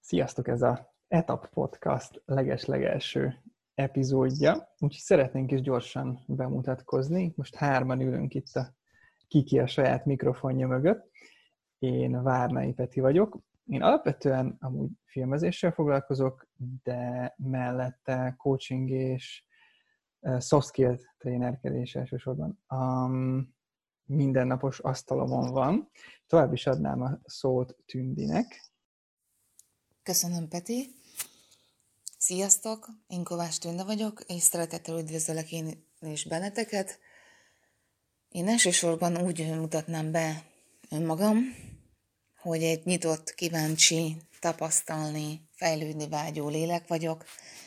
Sziasztok, ez a Etap Podcast leges-legelső epizódja, úgyhogy szeretnénk is gyorsan bemutatkozni. Most hárman ülünk itt a Kiki a saját mikrofonja mögött. Én Várnai Peti vagyok. Én alapvetően amúgy filmezéssel foglalkozok, de mellette coaching és soft skill trénerkedés elsősorban mindennapos asztalomon van. Tovább is adnám a szót Tündinek. Köszönöm, Peti. Sziasztok, én Kovács Tünde vagyok, és szeretettel üdvözöllek én is benneteket. Én elsősorban úgy mutatnám be önmagam, hogy egy nyitott, kíváncsi, tapasztalni, fejlődni vágyó lélek vagyok,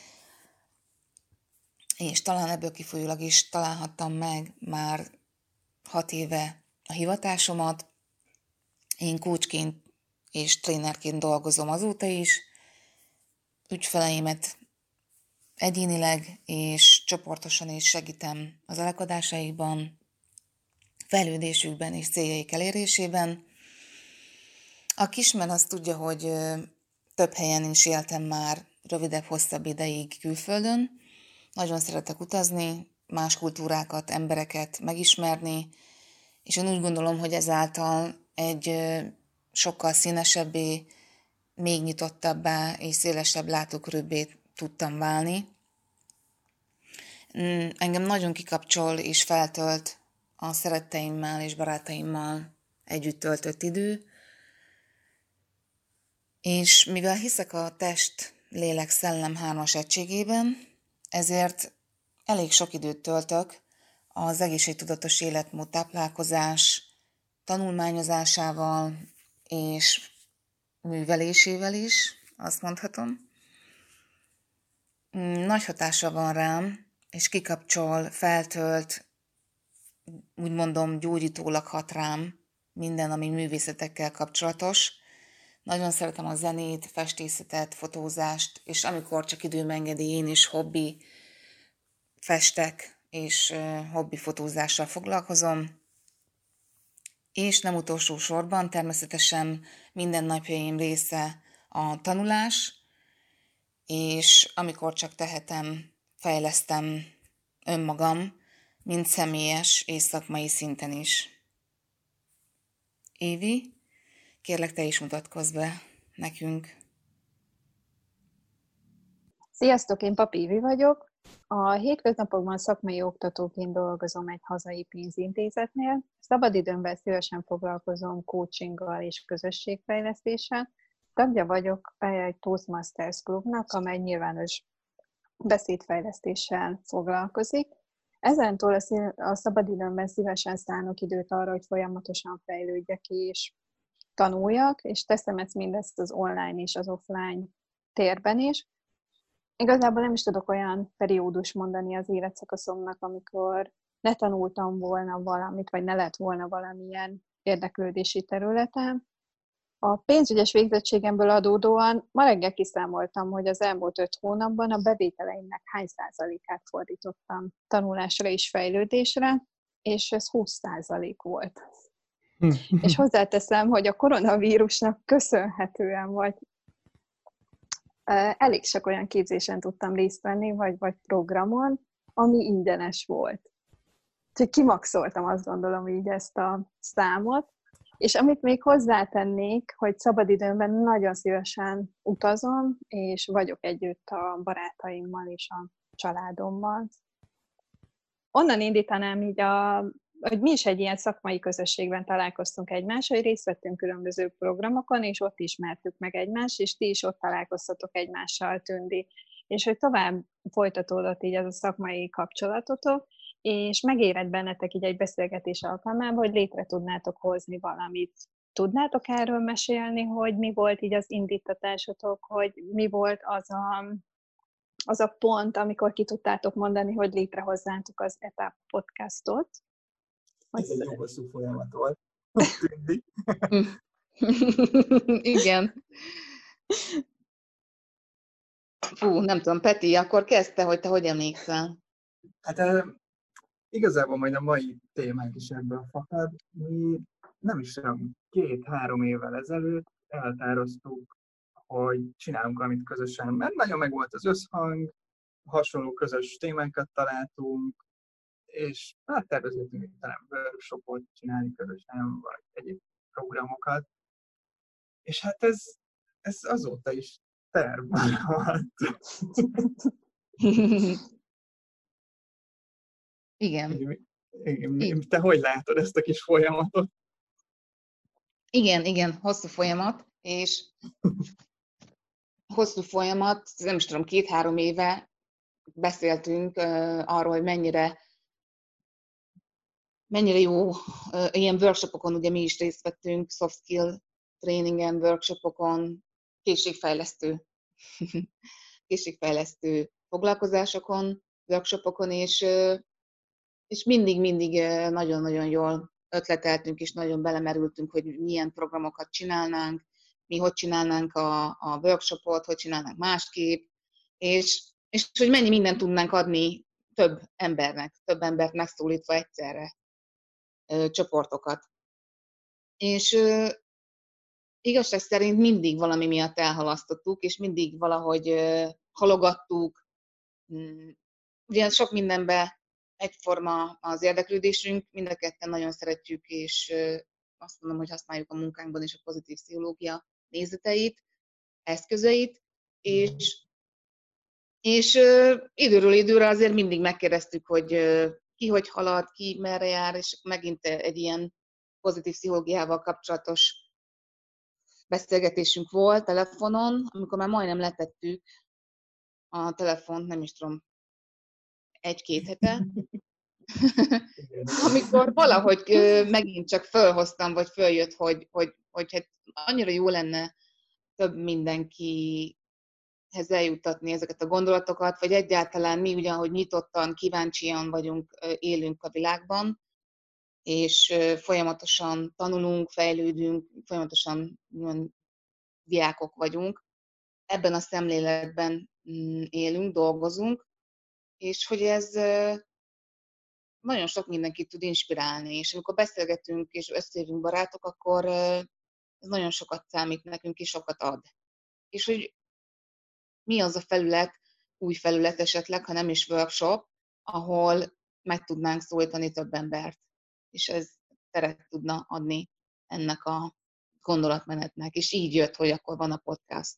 és talán ebből kifolyólag is találhattam meg már 6 éve a hivatásomat. Én coachként és trénerként dolgozom azóta is, ügyfeleimet egyénileg és csoportosan is segítem az elakadásaikban, fejlődésükben és céljaik elérésében. Aki ismer, azt tudja, hogy több helyen is éltem már rövidebb, hosszabb ideig külföldön. Nagyon szeretek utazni, más kultúrákat, embereket megismerni, és én úgy gondolom, hogy ezáltal egy sokkal színesebbé, még nyitottabbá és szélesebb látókörűbbé tudtam válni. Engem nagyon kikapcsol és feltölt a szeretteimmel és barátaimmal együtt töltött idő, és mivel hiszek a test, lélek, szellem 3-as egységében, ezért elég sok időt töltök az egészségtudatos életmód táplálkozás tanulmányozásával és művelésével is, azt mondhatom. Nagy hatása van rám, és kikapcsol, feltölt, úgy mondom, gyógyítólag hat rám minden, ami művészetekkel kapcsolatos. Nagyon szeretem a zenét, festészetet, fotózást, és amikor csak időm engedi, én is hobbi festek, és hobbi fotózással foglalkozom. És nem utolsó sorban természetesen minden napjaim része a tanulás, és amikor csak tehetem, fejlesztem önmagam, mind személyes és szakmai szinten is. Évi, kérlek, te is mutatkozz be nekünk. Sziasztok, én Pap Évi vagyok. A hétköznapokban szakmai oktatóként dolgozom egy hazai pénzintézetnél. Szabadidőmben szívesen foglalkozom coachinggal és közösségfejlesztéssel. Tagja vagyok egy Toastmasters klubnak, amely nyilvános beszédfejlesztéssel foglalkozik. Ezentúl a szabadidőmben szívesen szánok időt arra, hogy folyamatosan fejlődjek és tanuljak, és teszem ezt mindezt az online és az offline térben is. Igazából nem is tudok olyan periódus mondani az életszakaszomnak, amikor ne tanultam volna valamit, vagy ne lett volna valamilyen érdeklődési területem. A pénzügyes végzettségemből adódóan ma reggel kiszámoltam, hogy az elmúlt 5 hónapban a bevételeimnek hány százalékát fordítottam tanulásra és fejlődésre, és ez 20% volt. És hozzáteszem, hogy a koronavírusnak köszönhetően vagy elég sok olyan képzésen tudtam részt venni, vagy programon, ami ingyenes volt. Úgyhogy kimaxoltam, azt gondolom, így ezt a számot. És amit még hozzátennék, hogy szabadidőmben nagyon szívesen utazom, és vagyok együtt a barátaimmal és a családommal. Onnan indítanám így, hogy mi is egy ilyen szakmai közösségben találkoztunk egymással, hogy részt vettünk különböző programokon, és ott ismertük meg egymást, és ti is ott találkoztatok egymással, Tündi. És hogy tovább folytatódott így ez a szakmai kapcsolatotok, és megérett bennetek így egy beszélgetés alkalmában, hogy létre tudnátok hozni valamit. Tudnátok erről mesélni, hogy mi volt így az indítatásotok, hogy mi volt az a pont, amikor ki tudtátok mondani, hogy létrehozzátok az Etap podcastot? Ez egy jó hosszú folyamat volt. Igen. Fú, nem tudom, Peti, akkor kezdte, hogy te hogy emlékszel? Hát igazából majd a mai témánk is ebből fakad. Mi nem is 2-3 évvel ezelőtt elhatároztuk hogy csinálunk valamit közösen, mert nagyon megvolt az összhang, hasonló közös témákat találtunk, és hát tervezgetünk talán workshopot csinálni közösen, vagy egyéb programokat. És hát ez azóta is terv maradt. Igen. Igen. Te hogy látod ezt a kis folyamatot? Igen, hosszú folyamat, és hosszú folyamat, nem is tudom, 2-3 éve beszéltünk arról, hogy mennyire jó ilyen workshopokon, ugye mi is részt vettünk, soft skill tréningen, workshopokon, készségfejlesztő foglalkozásokon, workshopokon, és mindig nagyon-nagyon jól ötleteltünk, és nagyon belemerültünk, hogy milyen programokat csinálnánk, mi hogy csinálnánk a workshopot, hogy csinálnánk másképp, és hogy mennyi mindent tudnánk adni több embert megszólítva egyszerre, csoportokat. És igazság szerint mindig valami miatt elhalasztottuk, és mindig valahogy halogattuk. Ugye sok mindenben egyforma az érdeklődésünk, mind a ketten nagyon szeretjük, és azt mondom, hogy használjuk a munkánkban is a pozitív pszichológia nézeteit, eszközeit, és időről időre azért mindig megkérdeztük, hogy ki hogy halad, ki merre jár, és megint egy ilyen pozitív pszichológiával kapcsolatos beszélgetésünk volt telefonon, amikor már majdnem letettük a telefont, nem is tudom, 1-2 hete, amikor valahogy megint csak fölhoztam, vagy följött, hogy hát annyira jó lenne több mindenkihez eljuttatni ezeket a gondolatokat, vagy egyáltalán mi ugyanhogy nyitottan, kíváncsian vagyunk, élünk a világban, és folyamatosan tanulunk, fejlődünk, folyamatosan diákok vagyunk. Ebben a szemléletben élünk, dolgozunk, és hogy ez nagyon sok mindenkit tud inspirálni, és amikor beszélgetünk és összejövünk barátok, akkor ez nagyon sokat számít nekünk, és sokat ad. És hogy mi az a felület, új felület esetleg, ha nem is workshop, ahol meg tudnánk szólítani több embert, és ez teret tudna adni ennek a gondolatmenetnek, és így jött, hogy akkor van a podcast.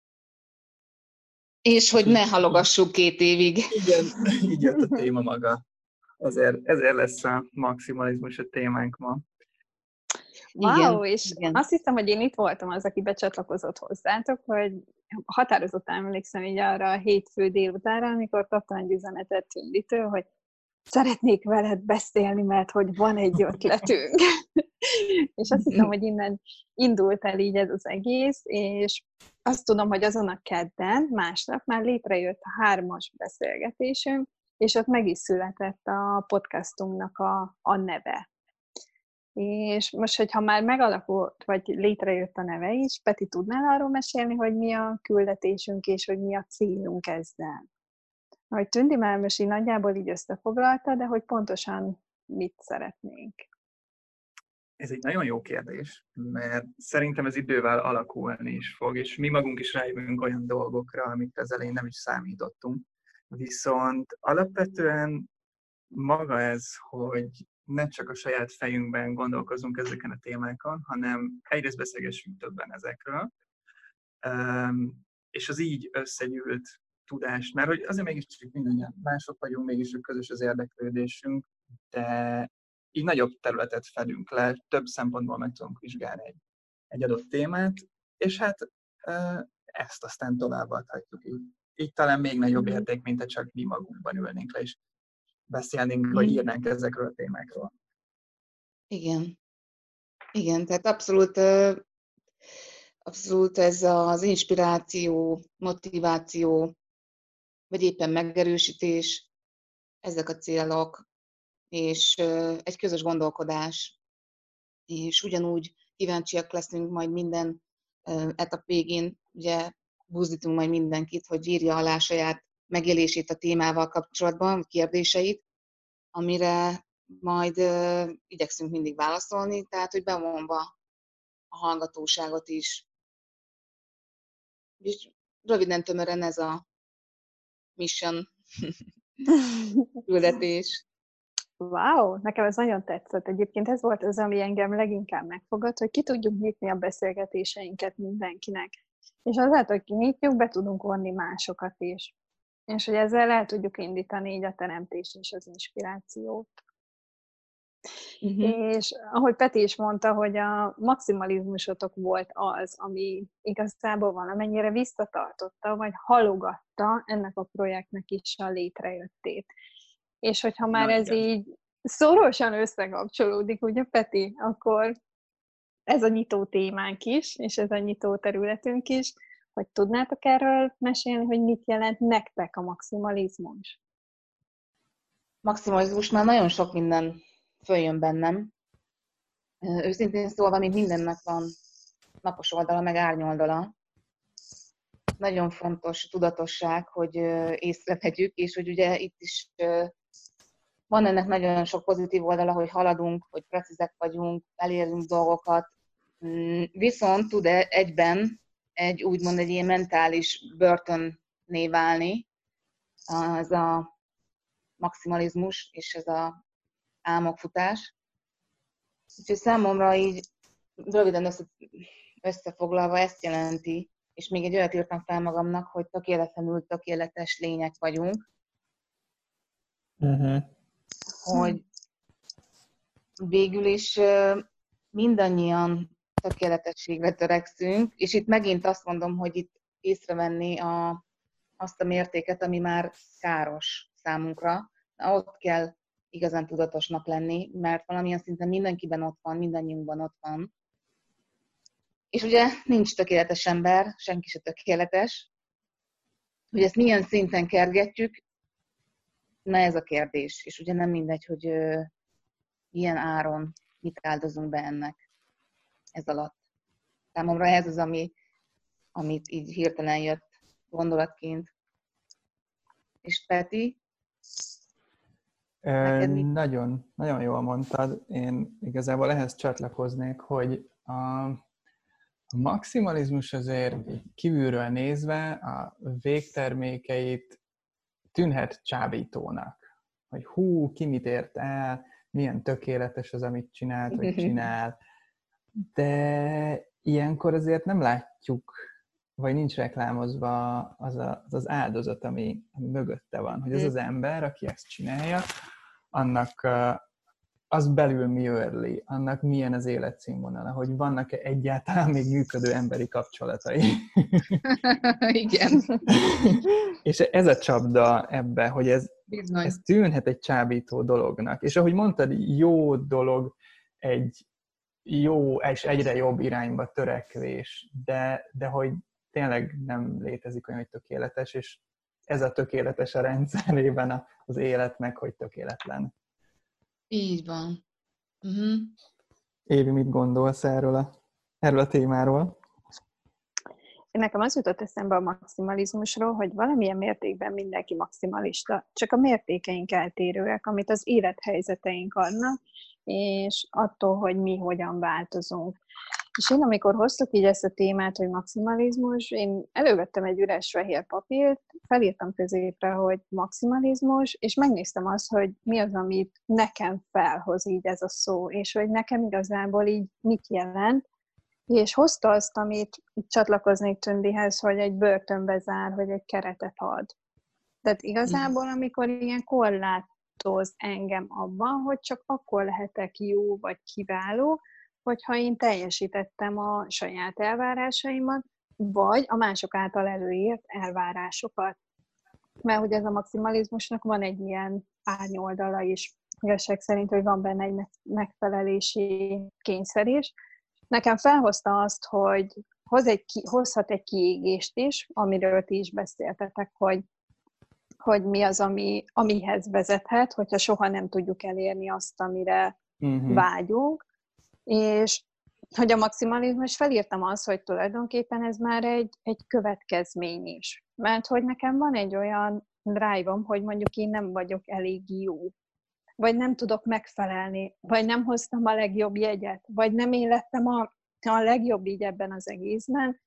És hogy ne halogassuk 2 évig. Igen, így jött a téma maga. Ezért lesz a maximalizmus a témánk ma. Wow, és azt hiszem, hogy én itt voltam az, aki becsatlakozott hozzátok, hogy határozottan emlékszem így arra a hétfő délutánra, amikor kaptam egy üzenetet Tünditől, hogy szeretnék veled beszélni, mert hogy van egy ötletünk. És azt hiszem, hogy innen indult el így ez az egész, és azt tudom, hogy azon a kedden, másnap már létrejött a 3-as beszélgetésünk, és ott meg is született a podcastunknak a neve. És most, hogyha már megalakult, vagy létrejött a neve is, Peti, tudnál arról mesélni, hogy mi a küldetésünk, és hogy mi a célunk ezzel? Ahogy Tündi már most így nagyjából így összefoglalta, de hogy pontosan mit szeretnénk? Ez egy nagyon jó kérdés, mert szerintem ez idővel alakulni is fog, és mi magunk is rájövünk olyan dolgokra, amikre az elején nem is számítottunk. Viszont alapvetően maga ez, hogy ne csak a saját fejünkben gondolkozunk ezeken a témákon, hanem egyrészt beszélgessünk többen ezekről, és az így összegyűlt tudást, mert hogy azért mégiscsak mindannyian mások vagyunk, mégis közös az érdeklődésünk, de így nagyobb területet fedünk le, több szempontból meg tudunk vizsgálni egy adott témát, és hát ezt aztán továbbadhatjuk így. Így talán még nagyobb érték, mint ha csak mi magunkban ülnénk le, és beszélnénk, vagy írnánk ezekről a témákról. Igen, tehát abszolút ez az inspiráció, motiváció, vagy éppen megerősítés, ezek a célok, és egy közös gondolkodás, és ugyanúgy kíváncsiak leszünk majd minden etap végén, ugye buzdítunk majd mindenkit, hogy írja alá saját megélését a témával kapcsolatban, kérdéseit, amire majd igyekszünk mindig válaszolni, tehát hogy bevonva a hallgatóságot is. És röviden tömören ez a mission küldetés. Wow, nekem ez nagyon tetszett. Egyébként ez volt az, ami engem leginkább megfogott, hogy ki tudjuk nyitni a beszélgetéseinket mindenkinek. És azáltal, hogy kinyitjuk, be tudunk vonni másokat is. És hogy ezzel el tudjuk indítani így a teremtést és az inspirációt. És ahogy Peti is mondta, hogy a maximalizmusotok volt az, ami igazából valamennyire visszatartotta, vagy halogatta ennek a projektnek is a létrejöttét. És hogyha már ez így szorosan összekapcsolódik, ugye Peti, akkor ez a nyitó témánk is, és ez a nyitó területünk is, hogy tudnátok erről mesélni, hogy mit jelent nektek a maximalizmus? Maximalizmus már nagyon sok minden följön bennem. Őszintén szólva, még mindennek van napos oldala, meg árnyoldala. Nagyon fontos tudatosság, hogy észrevegyük, és hogy ugye itt is van ennek nagyon sok pozitív oldala, hogy haladunk, hogy precízek vagyunk, elérünk dolgokat, viszont tud egyben úgymond egy ilyen mentális börtönné válni ez a maximalizmus és ez a álmokfutás. Úgyhogy számomra így röviden összefoglalva ezt jelenti, és még egy olyat írtam fel magamnak, hogy tökéletlenül tökéletes lények vagyunk. Hogy végül is mindannyian tökéletességre törekszünk, és itt megint azt mondom, hogy itt észrevenni azt a mértéket, ami már káros számunkra. Ott kell igazán tudatosnak lenni, mert valamilyen szinten mindenkiben ott van, mindannyiunkban ott van. És ugye nincs tökéletes ember, senki se tökéletes. Hogy ezt milyen szinten kergetjük, na ez a kérdés. És ugye nem mindegy, hogy ilyen áron mit áldozunk be ennek ez alatt. Számomra ez az, amit így hirtelen jött gondolatként. És Peti? Nagyon, nagyon jól mondtad. Én igazából ehhez csatlakoznék, hogy a maximalizmus azért kívülről nézve a végtermékeit tűnhet csábítónak. Hogy ki mit ért el, milyen tökéletes az, amit csinált, vagy csinál. De ilyenkor azért nem látjuk, vagy nincs reklámozva az áldozat, ami mögötte van. Hogy az az ember, aki ezt csinálja, annak az belül mi őrli, annak milyen az életszínvonala, hogy vannak-e egyáltalán még működő emberi kapcsolatai. Igen. És ez a csapda ebbe, hogy ez tűnhet egy csábító dolognak. És ahogy mondtad, jó dolog egy jó és egyre jobb irányba törekvés, de hogy tényleg nem létezik olyan, hogy tökéletes, és ez a tökéletes a rendszerében az életnek, hogy tökéletlen. Így van. Évi, mit gondolsz erről a témáról? Nekem az jutott eszembe a maximalizmusról, hogy valamilyen mértékben mindenki maximalista, csak a mértékeink eltérőek, amit az élethelyzeteink adnak, és attól, hogy mi hogyan változunk. És én, amikor hoztuk így ezt a témát, hogy maximalizmus, én elővettem egy üres fehér papírt, felírtam középre, hogy maximalizmus, és megnéztem azt, hogy mi az, amit nekem felhoz így ez a szó, és hogy nekem igazából így mit jelent, és hozta azt, amit csatlakoznék Tündihez, hogy egy börtönbe zár, vagy egy keretet ad. Tehát igazából, amikor ilyen korlátoz engem abban, hogy csak akkor lehetek jó, vagy kiváló, hogyha én teljesítettem a saját elvárásaimat, vagy a mások által előírt elvárásokat. Mert ugye ez a maximalizmusnak van egy ilyen árnyoldala is, igazság szerint, hogy van benne egy megfelelési kényszer is. Nekem felhozta azt, hogy hozhat egy kiégést is, amiről ti is beszéltetek, hogy mi az, amihez vezethet, hogyha soha nem tudjuk elérni azt, amire vágyunk. És hogy a maximalizmus, felírtam azt, hogy tulajdonképpen ez már egy következmény is. Mert hogy nekem van egy olyan drive-om, hogy mondjuk én nem vagyok elég jó, vagy nem tudok megfelelni, vagy nem hoztam a legjobb jegyet, vagy nem én lettem a legjobb így ebben az egészben,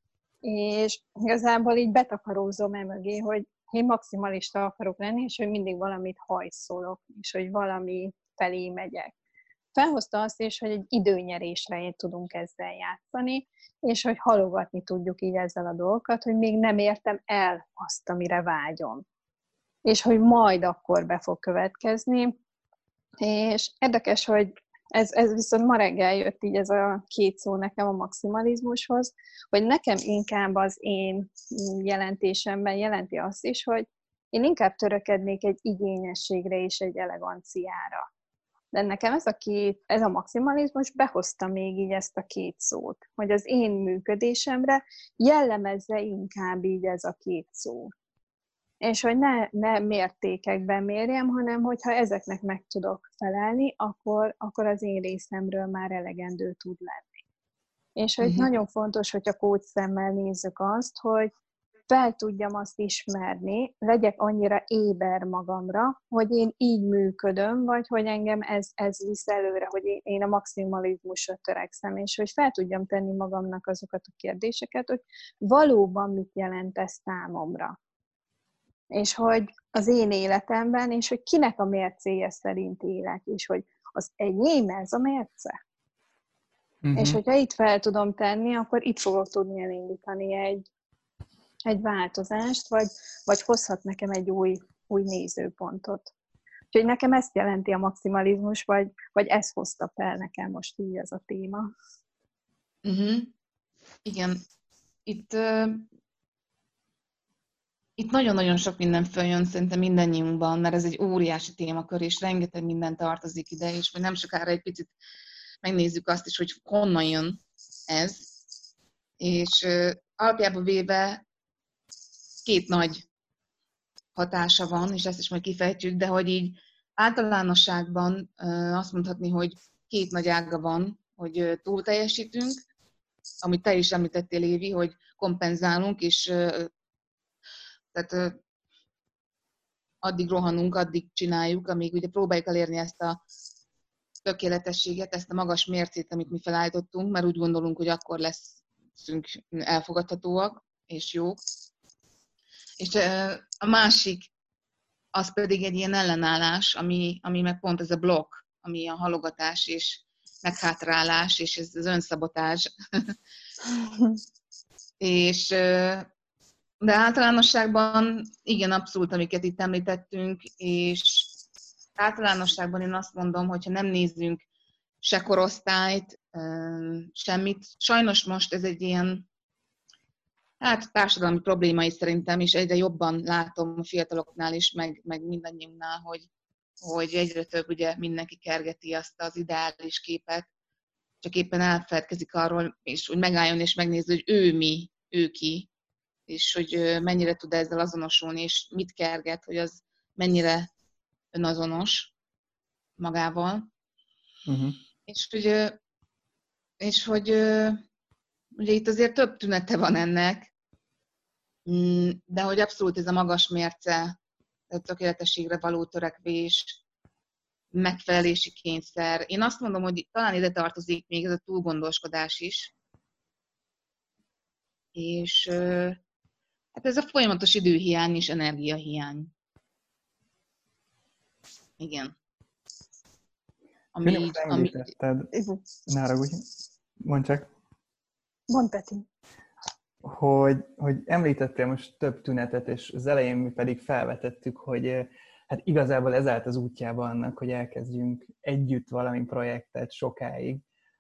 És igazából így betakarózom mögé, hogy én maximalista akarok lenni, és hogy mindig valamit hajszolok, és hogy valami felé megyek. Felhozta azt is, hogy egy időnyerésre tudunk ezzel játszani, és hogy halogatni tudjuk így ezzel a dolgokat, hogy még nem értem el azt, amire vágyom. És hogy majd akkor be fog következni. És érdekes, hogy ez viszont ma reggel jött így ez a két szó nekem a maximalizmushoz, hogy nekem inkább az én jelentésemben jelenti azt is, hogy én inkább törekednék egy igényességre és egy eleganciára. De nekem ez a maximalizmus behozta még így ezt a két szót, hogy az én működésemre jellemezze inkább így ez a két szó. És hogy ne mértékekben mérjem, hanem hogyha ezeknek meg tudok felelni, akkor az én részemről már elegendő tud lenni. És hogy nagyon fontos, hogy a kócsszemmel nézzük azt, hogy fel tudjam azt ismerni, legyek annyira éber magamra, hogy én így működöm, vagy hogy engem ez visz előre, hogy én a maximalizmusra törekszem, és hogy fel tudjam tenni magamnak azokat a kérdéseket, hogy valóban mit jelent ez számomra. És hogy az én életemben, és hogy kinek a mércéje szerint élek, és hogy az enyém ez a mérce. És hogyha itt fel tudom tenni, akkor itt fogok tudni elindítani egy változást, vagy hozhat nekem egy új nézőpontot. Úgyhogy nekem ezt jelenti a maximalizmus, vagy ez hozta fel nekem most így ez a téma. Igen. Itt nagyon-nagyon sok minden följön szerintem mindannyiunkban, mert ez egy óriási témakör, és rengeteg minden tartozik ide, és majd nem sokára egy picit megnézzük azt is, hogy honnan jön ez. És alapjában véve két nagy hatása van, és ezt is majd kifejtjük, de hogy így általánosságban azt mondhatni, hogy két nagy ága van, hogy túlteljesítünk, amit te is említettél, Évi, hogy kompenzálunk, és tehát addig rohanunk, addig csináljuk, amíg ugye próbáljuk elérni ezt a tökéletességet, ezt a magas mércét, amit mi felállítottunk, mert úgy gondolunk, hogy akkor leszünk elfogadhatóak és jók. És a másik, az pedig egy ilyen ellenállás, ami meg pont ez a blokk, ami a halogatás és meghátrálás, és ez az önszabotázs. És de általánosságban igen, abszolút, amiket itt említettünk, és általánosságban én azt mondom, hogyha nem nézzünk se korosztályt, semmit. Sajnos most ez egy ilyen társadalmi probléma is szerintem, és egyre jobban látom a fiataloknál is, meg mindannyiunknál, hogy egyre több ugye mindenki kergeti azt az ideális képet, csak éppen elfeledkezik arról, és hogy megálljon és megnézni, hogy ő mi, ő ki, és hogy mennyire tud ezzel azonosulni, és mit kerget, hogy az mennyire önazonos magával. És hogy ugye itt azért több tünete van ennek, de hogy abszolút ez a magas mérce, a tökéletességre való törekvés, megfelelési kényszer. Én azt mondom, hogy talán ide tartozik még ez a túlgondoskodás is. És hát ez a folyamatos időhiány és energiahiány. Igen. Most említetted, ne haragudj, mondd csak. Mondd, Peti. Hogy említettél most több tünetet, és az elején mi pedig felvetettük, hogy hát igazából ez állt az útjában annak, hogy elkezdjünk együtt valami projektet sokáig.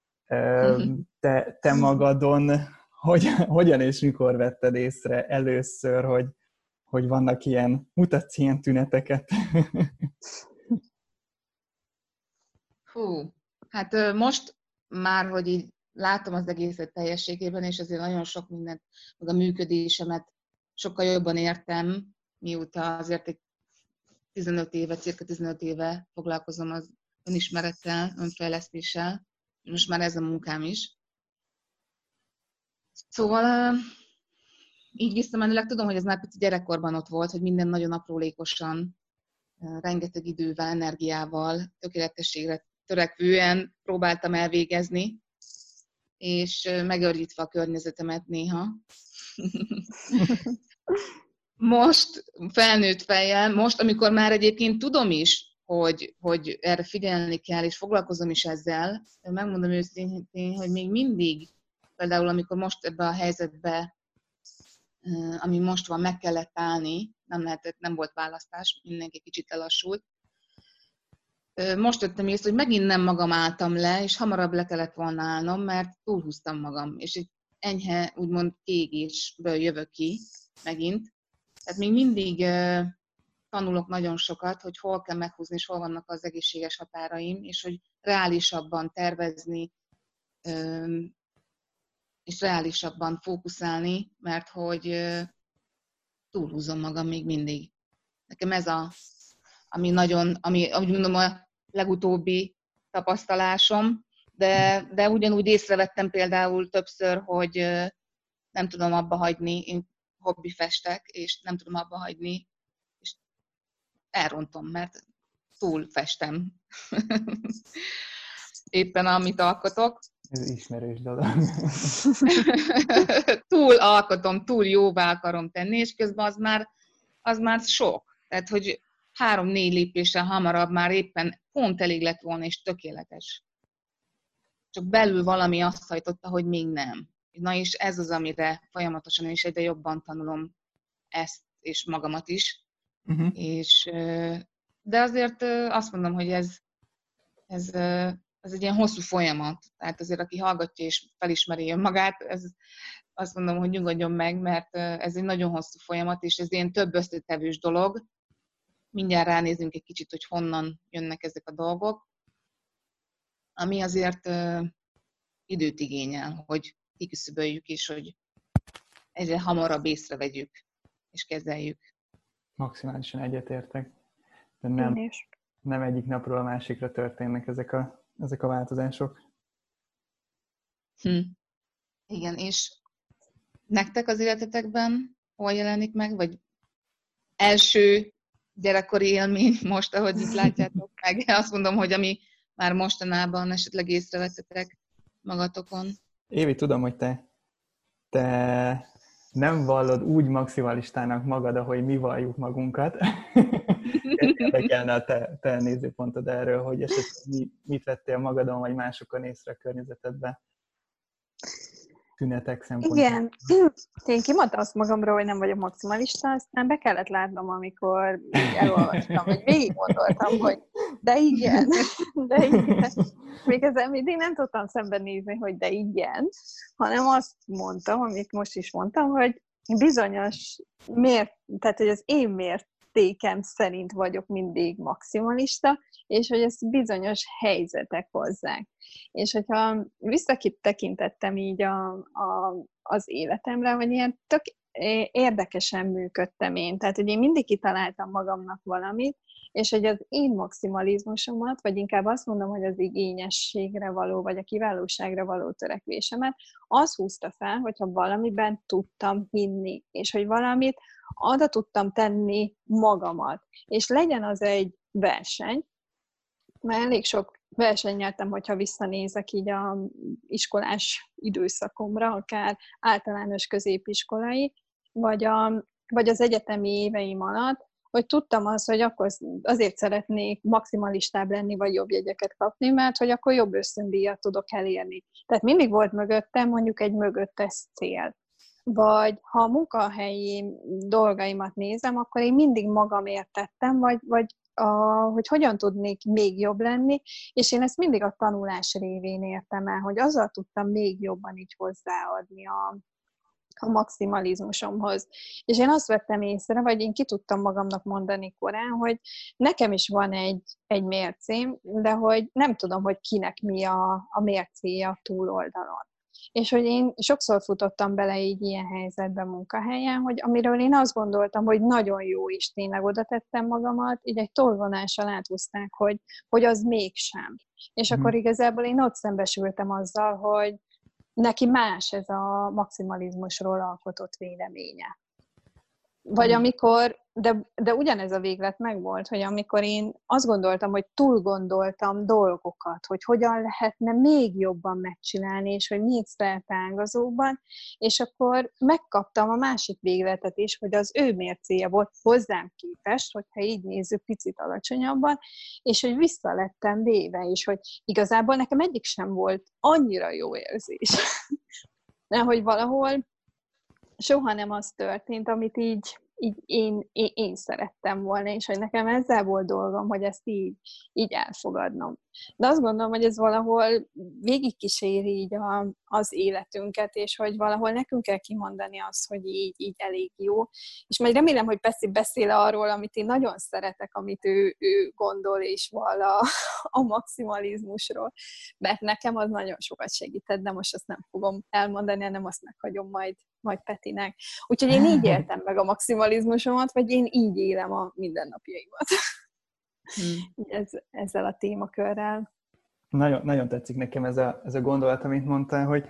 Te magadon hogyan és mikor vetted észre először, hogy vannak mutatsz ilyen tüneteket? Hát most már, hogy így látom az egészet teljességében, és azért nagyon sok mindent, meg a működésemet sokkal jobban értem, mióta azért egy cirka 15 éve foglalkozom az önismerettel, önfejlesztéssel, most már ez a munkám is. Szóval így visszamenőleg tudom, hogy ez már pici gyerekkorban ott volt, hogy minden nagyon aprólékosan, rengeteg idővel, energiával, tökéletességre törekvően próbáltam elvégezni, és megörgyítve a környezetemet néha. Most felnőtt fejjel, most, amikor már egyébként tudom is, hogy erre figyelni kell, és foglalkozom is ezzel, megmondom őszintén, hogy még mindig, például amikor most ebbe a helyzetbe, ami most van, meg kellett állni, nem volt választás, mindenki kicsit elassult. Most tettem észre, hogy megint nem magam álltam le, és hamarabb le kellett volna állnom, mert túlhúztam magam, és egy enyhe, úgymond kiégésből jövök ki megint. Tehát még mindig tanulok nagyon sokat, hogy hol kell meghúzni, és hol vannak az egészséges határaim, és hogy reálisabban tervezni, és reálisabban fókuszálni, mert hogy túlhúzom magam még mindig. Nekem ez ami mondom, a legutóbbi tapasztalásom, de ugyanúgy észrevettem például többször, hogy nem tudom abba hagyni, én hobbi festek, és nem tudom abba hagyni, és elrontom, mert túl festem. Éppen amit alkotok. Ez ismerős dolog. Túl alkotom, túl jóvá akarom tenni, és közben az már sok. Tehát, hogy 3-4 lépéssel hamarabb már éppen pont elég lett volna, és tökéletes. Csak belül valami azt hajtotta, hogy még nem. Na és ez az, amire folyamatosan és egyre jobban tanulom ezt, és magamat is. De azért azt mondom, hogy ez egy ilyen hosszú folyamat. Tehát azért, aki hallgatja és felismeri önmagát, azt mondom, hogy nyugodjon meg, mert ez egy nagyon hosszú folyamat, és ez ilyen több összetevős dolog. Mindjárt ránézünk egy kicsit, hogy honnan jönnek ezek a dolgok, ami azért időt igényel, hogy kiküszöböljük, és hogy egyre hamarabb észrevegyük, és kezeljük. Maximálisan egyetértek. De nem egyik napról a másikra történnek ezek a változások. Igen, és nektek az életetekben hol jelenik meg, vagy első gyerekkori élmény most, ahogy itt látjátok meg? Azt mondom, hogy ami már mostanában esetleg észrevettetek magatokon. Évi, tudom, hogy te nem vallod úgy maximalistának magad, ahogy mi valljuk magunkat. Érdekelne a te nézőpontod erről, hogy esetleg mit vettél magadon, vagy másokon észre a környezetedben tünetek szempontjából. Igen, én kimondtam azt magamról, hogy nem vagyok maximalista, aztán be kellett látnom, amikor elolvastam, vagy végig gondoltam, hogy de igen. Még ezzel mindig nem tudtam szembenézni, hogy de igen, hanem azt mondtam, amit most is mondtam, hogy bizonyos tehát hogy az én mértékem szerint vagyok mindig maximalista, és hogy ezt bizonyos helyzetek hozzák. És hogyha visszatekintettem így az életemre, hogy ilyen tök érdekesen működtem én. Tehát, hogy én mindig kitaláltam magamnak valamit, és hogy az én maximalizmusomat, vagy inkább azt mondom, hogy az igényességre való, vagy a kiválóságra való törekvésemet, az húzta fel, hogyha valamiben tudtam hinni, és hogy valamit oda tudtam tenni magamat. És legyen az egy verseny, mert elég sok versenyt nyertem, hogyha visszanézek így az iskolás időszakomra, akár általános középiskolai, vagy az egyetemi éveim alatt, hogy tudtam azt, hogy akkor azért szeretnék maximalistább lenni, vagy jobb jegyeket kapni, mert hogy akkor jobb ösztöndíjat tudok elérni. Tehát mindig volt mögöttem mondjuk egy mögöttes cél. Vagy ha a munkahelyi dolgaimat nézem, akkor én mindig magamért tettem, vagy hogy hogyan tudnék még jobb lenni, és én ezt mindig a tanulás révén értem el, hogy azzal tudtam még jobban így hozzáadni a maximalizmusomhoz. És én azt vettem észre, vagy én ki tudtam magamnak mondani korán, hogy nekem is van egy mércém, de hogy nem tudom, hogy kinek mi a mércéje a túloldalon. És hogy én sokszor futottam bele így ilyen helyzetben munkahelyen, hogy amiről én azt gondoltam, hogy nagyon jó is, tényleg oda tettem magamat, így egy tolvonással áthúzták, hogy az mégsem. És akkor igazából én ott szembesültem azzal, hogy neki más ez a maximalizmusról alkotott véleménye. Vagy amikor, de ugyanez a véglet megvolt, hogy amikor én azt gondoltam, hogy túl gondoltam dolgokat, hogy hogyan lehetne még jobban megcsinálni, és hogy mit lehet ágazóban, és akkor megkaptam a másik végletet is, hogy az ő mércéje volt hozzám képest, hogyha így nézzük picit alacsonyabban, és hogy vissza lettem véve, és hogy igazából nekem egyik sem volt annyira jó érzés. De hogy valahol soha nem az történt, amit így én szerettem volna, és hogy nekem ezzel volt dolgom, hogy ezt így elfogadnom. De azt gondolom, hogy ez valahol végigkíséri így az életünket, és hogy valahol nekünk kell kimondani azt, hogy így elég jó. És majd remélem, hogy Peci beszél arról, amit én nagyon szeretek, amit ő gondol és vall a maximalizmusról, mert nekem az nagyon sokat segített, de most azt nem fogom elmondani, hanem azt meghagyom majd Petinek. Úgyhogy én így éltem meg a maximalizmusomat, vagy én így élem a mindennapjaimat. Ezzel a témakörrel. Nagyon, nagyon tetszik nekem ez a gondolat, amit mondtál, hogy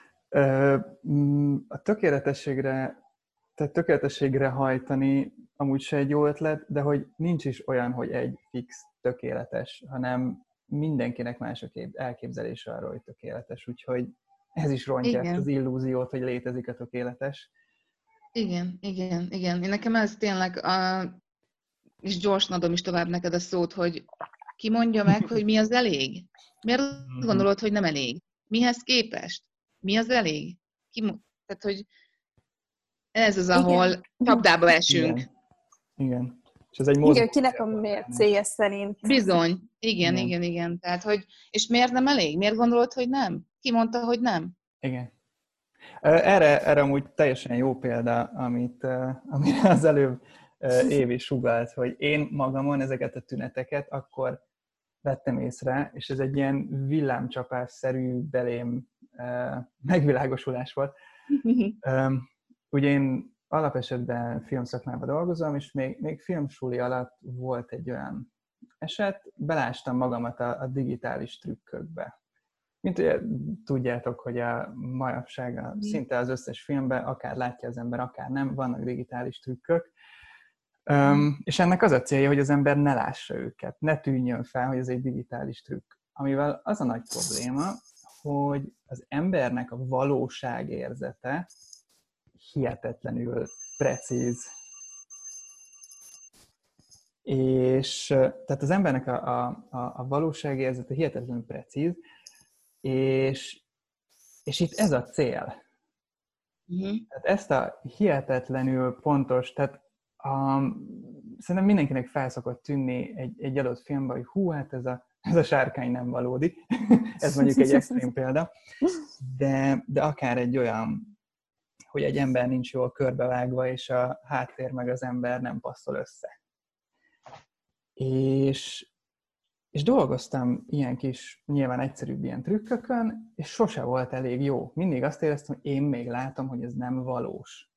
a tökéletességre hajtani amúgy se egy jó ötlet, de hogy nincs is olyan, hogy egy fix tökéletes, hanem mindenkinek más elképzelése arról, hogy tökéletes. Úgyhogy ez is rontja ezt az illúziót, hogy létezik a tökéletes. Igen. Én nekem ez tényleg, és gyorsan adom is tovább neked a szót, hogy ki mondja meg, hogy mi az elég? Miért gondolod, hogy nem elég? Mihez képest? Mi az elég? Tehát, hogy ez az, ahol csapdába esünk. Igen. És ez egy igen, kinek a mércéje szerint. Bizony. Igen. Tehát, hogy, és miért nem elég? Miért gondolod, hogy nem? Ki mondta, hogy nem? Igen. Erre amúgy teljesen jó példa, amire az előbb Évi sugalt, hogy én magamon ezeket a tüneteket akkor vettem észre, és ez egy ilyen villámcsapásszerű belém megvilágosulás volt. Ugye én alapesetben filmszakmában dolgozom, és még filmsuli alatt volt egy olyan eset, belástam magamat a digitális trükkökbe. Mint ugye tudjátok, hogy a manapság szinte az összes filmben, akár látja az ember, akár nem, vannak digitális trükkök. És ennek az a célja, hogy az ember ne lássa őket, ne tűnjön fel, hogy ez egy digitális trükk. Amivel az a nagy probléma, hogy az embernek a valóságérzete hihetetlenül precíz. És tehát az embernek a valóságérzete hihetetlenül precíz, és itt ez a cél. Tehát ezt a hihetetlenül pontos, tehát szerintem mindenkinek fel szokott tűnni egy adott filmben, hogy hú, hát ez a sárkány nem valódi. Ez mondjuk egy extrém példa. De akár egy olyan, hogy egy ember nincs jól körbevágva, és a háttér meg az ember nem passzol össze. És dolgoztam ilyen kis, nyilván egyszerűbb ilyen trükkökön, és sose volt elég jó. Mindig azt éreztem, hogy én még látom, hogy ez nem valós.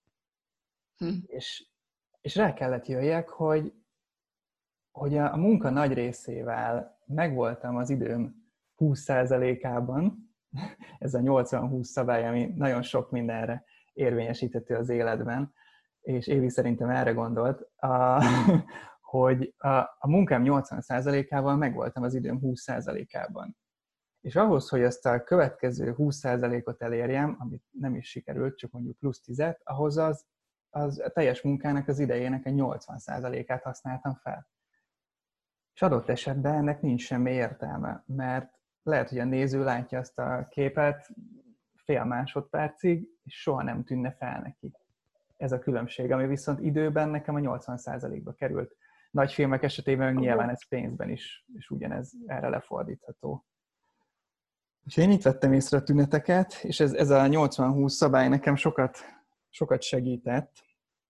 És rá kellett jöjjek, hogy a munka nagy részével megvoltam az időm 20%-ában, ez a 80-20 szabály, ami nagyon sok mindenre érvényesíthető az életben, és Évi szerintem erre gondolt, hogy a munkám 80%-ával megvoltam az időm 20%-ában. És ahhoz, hogy azt a következő 20%-ot elérjem, amit nem is sikerült, csak mondjuk plusz 10-et, ahhoz az a teljes munkának az idejének a 80%-át használtam fel. És adott esetben ennek nincs semmi értelme, mert lehet, hogy a néző látja azt a képet fél másodpercig, és soha nem tűnne fel neki. Ez a különbség, ami viszont időben nekem a 80%-ba került. Nagy filmek esetében nyilván ez pénzben is, és ugyanez erre lefordítható. És én itt vettem észre a tüneteket, és ez a 80-20 szabály nekem sokat segített.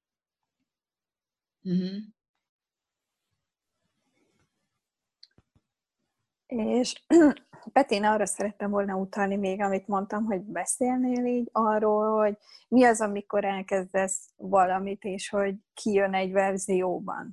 És Peti, én arra szerettem volna utalni még, amit mondtam, hogy beszélnél így arról, hogy mi az, amikor elkezdesz valamit, és hogy kijön egy verzióban.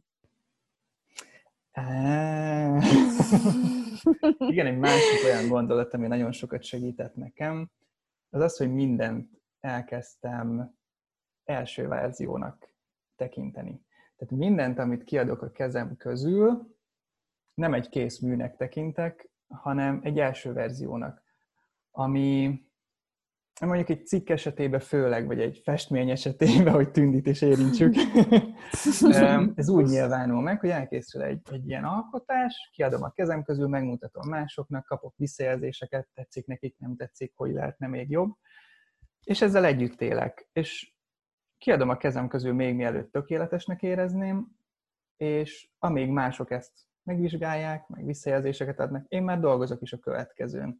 Igen, egy másik olyan gondolat, ami nagyon sokat segített nekem, az az, hogy mindent elkezdtem első verziónak tekinteni. Tehát mindent, amit kiadok a kezem közül, nem egy kész műnek tekintek, hanem egy első verziónak, ami mondjuk egy cikk esetében főleg, vagy egy festmény esetében, hogy Tündit is érintsük, ez úgy nyilvánul meg, hogy elkészül egy ilyen alkotás, kiadom a kezem közül, megmutatom másoknak, kapok visszajelzéseket, tetszik nekik, nem tetszik, hogy lehetne még jobb, és ezzel együtt élek. És kiadom a kezem közül még mielőtt tökéletesnek érezném, és amíg mások ezt megvizsgálják, meg visszajelzéseket adnak, én már dolgozok is a következőn.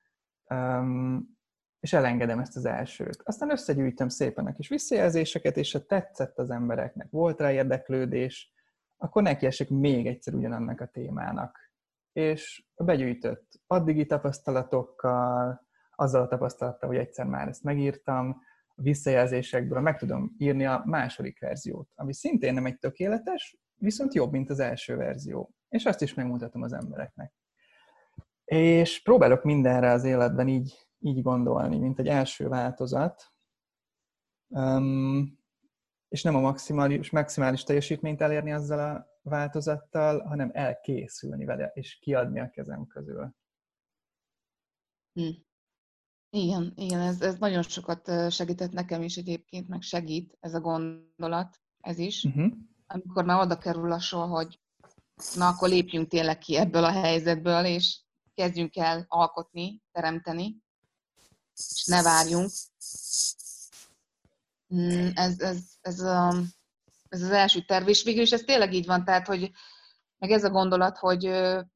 És elengedem ezt az elsőt. Aztán összegyűjtöm szépen a kis visszajelzéseket, és ha tetszett az embereknek, volt rá érdeklődés, akkor nekiesek még egyszer ugyanannak a témának. És a begyűjtött addigi tapasztalatokkal, azzal a tapasztalattal, hogy egyszer már ezt megírtam, a visszajelzésekből meg tudom írni a második verziót, ami szintén nem egy tökéletes, viszont jobb, mint az első verzió. És azt is megmutatom az embereknek. És próbálok mindenre az életben így gondolni, mint egy első változat, és nem a maximális teljesítményt elérni azzal a változattal, hanem elkészülni vele, és kiadni a kezem közül. Igen, ez nagyon sokat segített nekem is egyébként, meg segít ez a gondolat, ez is. Amikor már oda kerül a sor, hogy na, akkor lépjünk tényleg ki ebből a helyzetből, és kezdjünk el alkotni, teremteni, és ne várjunk. Ez az első terv, és végül is ez tényleg így van, tehát, hogy meg ez a gondolat, hogy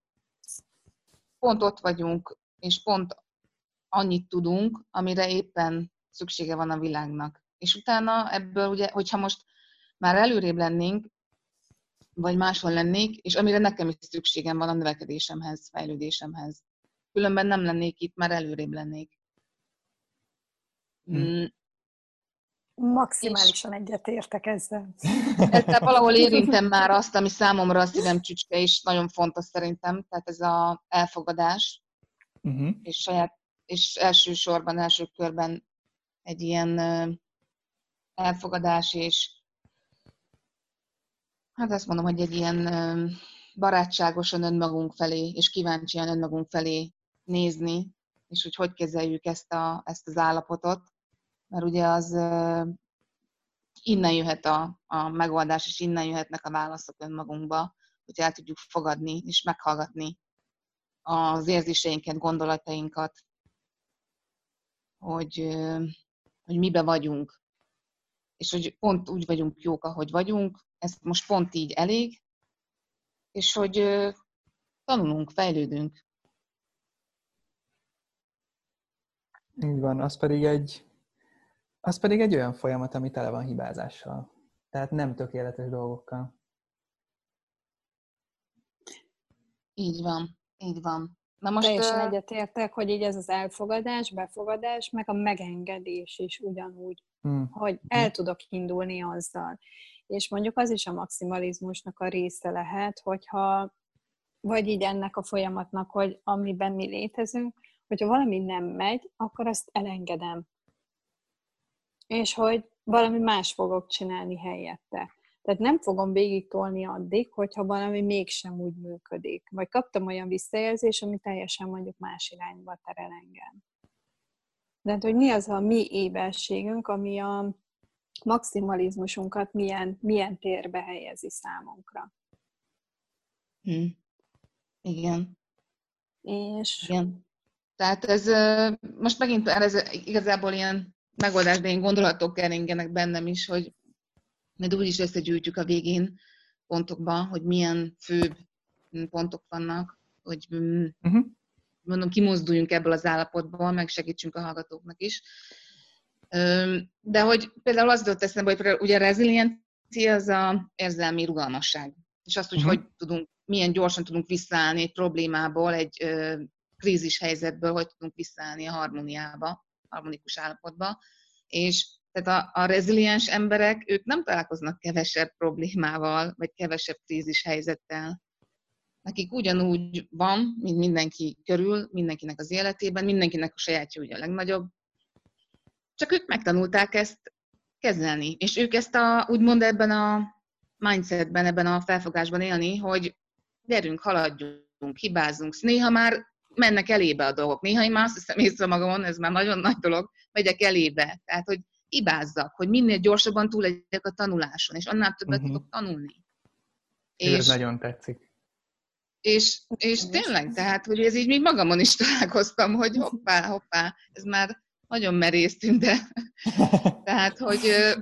pont ott vagyunk, és pont annyit tudunk, amire éppen szüksége van a világnak. És utána ebből ugye, hogyha most már előrébb lennénk, vagy máshol lennék, és amire nekem is szükségem van a növekedésemhez, fejlődésemhez. Különben nem lennék itt, már előrébb lennék. Maximálisan egyetértek ezzel. Ezzel valahol érintem már azt, ami számomra a szívem csücske, és nagyon fontos szerintem, tehát ez az elfogadás, és elsősorban, első körben egy ilyen elfogadás, és hát azt mondom, hogy egy ilyen barátságosan önmagunk felé, és kíváncsian önmagunk felé nézni, és hogy kezeljük ezt az állapotot, mert ugye az innen jöhet a megoldás, és innen jöhetnek a válaszok önmagunkba, hogy el tudjuk fogadni, és meghallgatni az érzéseinket, gondolatainkat, hogy mibe vagyunk, és hogy pont úgy vagyunk jók, ahogy vagyunk, ezt most pont így elég, és hogy tanulunk, fejlődünk. Így van, az pedig egy olyan folyamat, ami tele van hibázással. Tehát nem tökéletes dolgokkal. Így van, így van. Na most, teljesen egyetértek, hogy így ez az elfogadás, befogadás, meg a megengedés is ugyanúgy, hogy el tudok indulni azzal. És mondjuk az is a maximalizmusnak a része lehet, hogyha, vagy így ennek a folyamatnak, hogy amiben mi létezünk, hogyha valami nem megy, akkor azt elengedem. És hogy valami más fogok csinálni helyette. Tehát nem fogom végig tolni addig, hogyha valami mégsem úgy működik. Vagy kaptam olyan visszajelzést, ami teljesen mondjuk más irányba terel engem. De hát, hogy mi az a mi éberségünk, ami a maximalizmusunkat milyen térbe helyezi számunkra. Igen. És... Igen. Tehát ez most megint ez igazából ilyen megoldás, de én gondolatok keringenek bennem is, hogy majd úgyis összegyűjtjük a végén pontokban, hogy milyen főbb pontok vannak, hogy mondom, kimozduljunk ebből az állapotból, meg segítsünk a hallgatóknak is. De hogy például az jutott eszembe, hogy ugye a reziliencia az az érzelmi rugalmasság. És azt, hogy milyen gyorsan tudunk visszaállni egy problémából, egy krízis helyzetből, hogy tudunk visszaállni a harmóniába, harmonikus állapotba. És tehát a reziliens emberek, ők nem találkoznak kevesebb problémával, vagy kevesebb krízis helyzettel. Nekik ugyanúgy van, mint mindenki körül, mindenkinek az életében, mindenkinek a sajátja ugye a legnagyobb. Csak ők megtanulták ezt kezelni. És ők ezt úgymond ebben a mindsetben, ebben a felfogásban élni, hogy gyerünk, haladjunk, hibázzunk. Néha már mennek elébe a dolgok. Néha én már azt hiszem észre magamon, ez már nagyon nagy dolog, megyek elébe. Tehát, hogy hibázzak, hogy minél gyorsabban túl legyek a tanuláson, és annál többet tudok tanulni. Ez nagyon tetszik. És tényleg, tehát, hogy ez így még magamon is találkoztam, hogy hoppá, ez már nagyon merész tűnt, tehát, hogy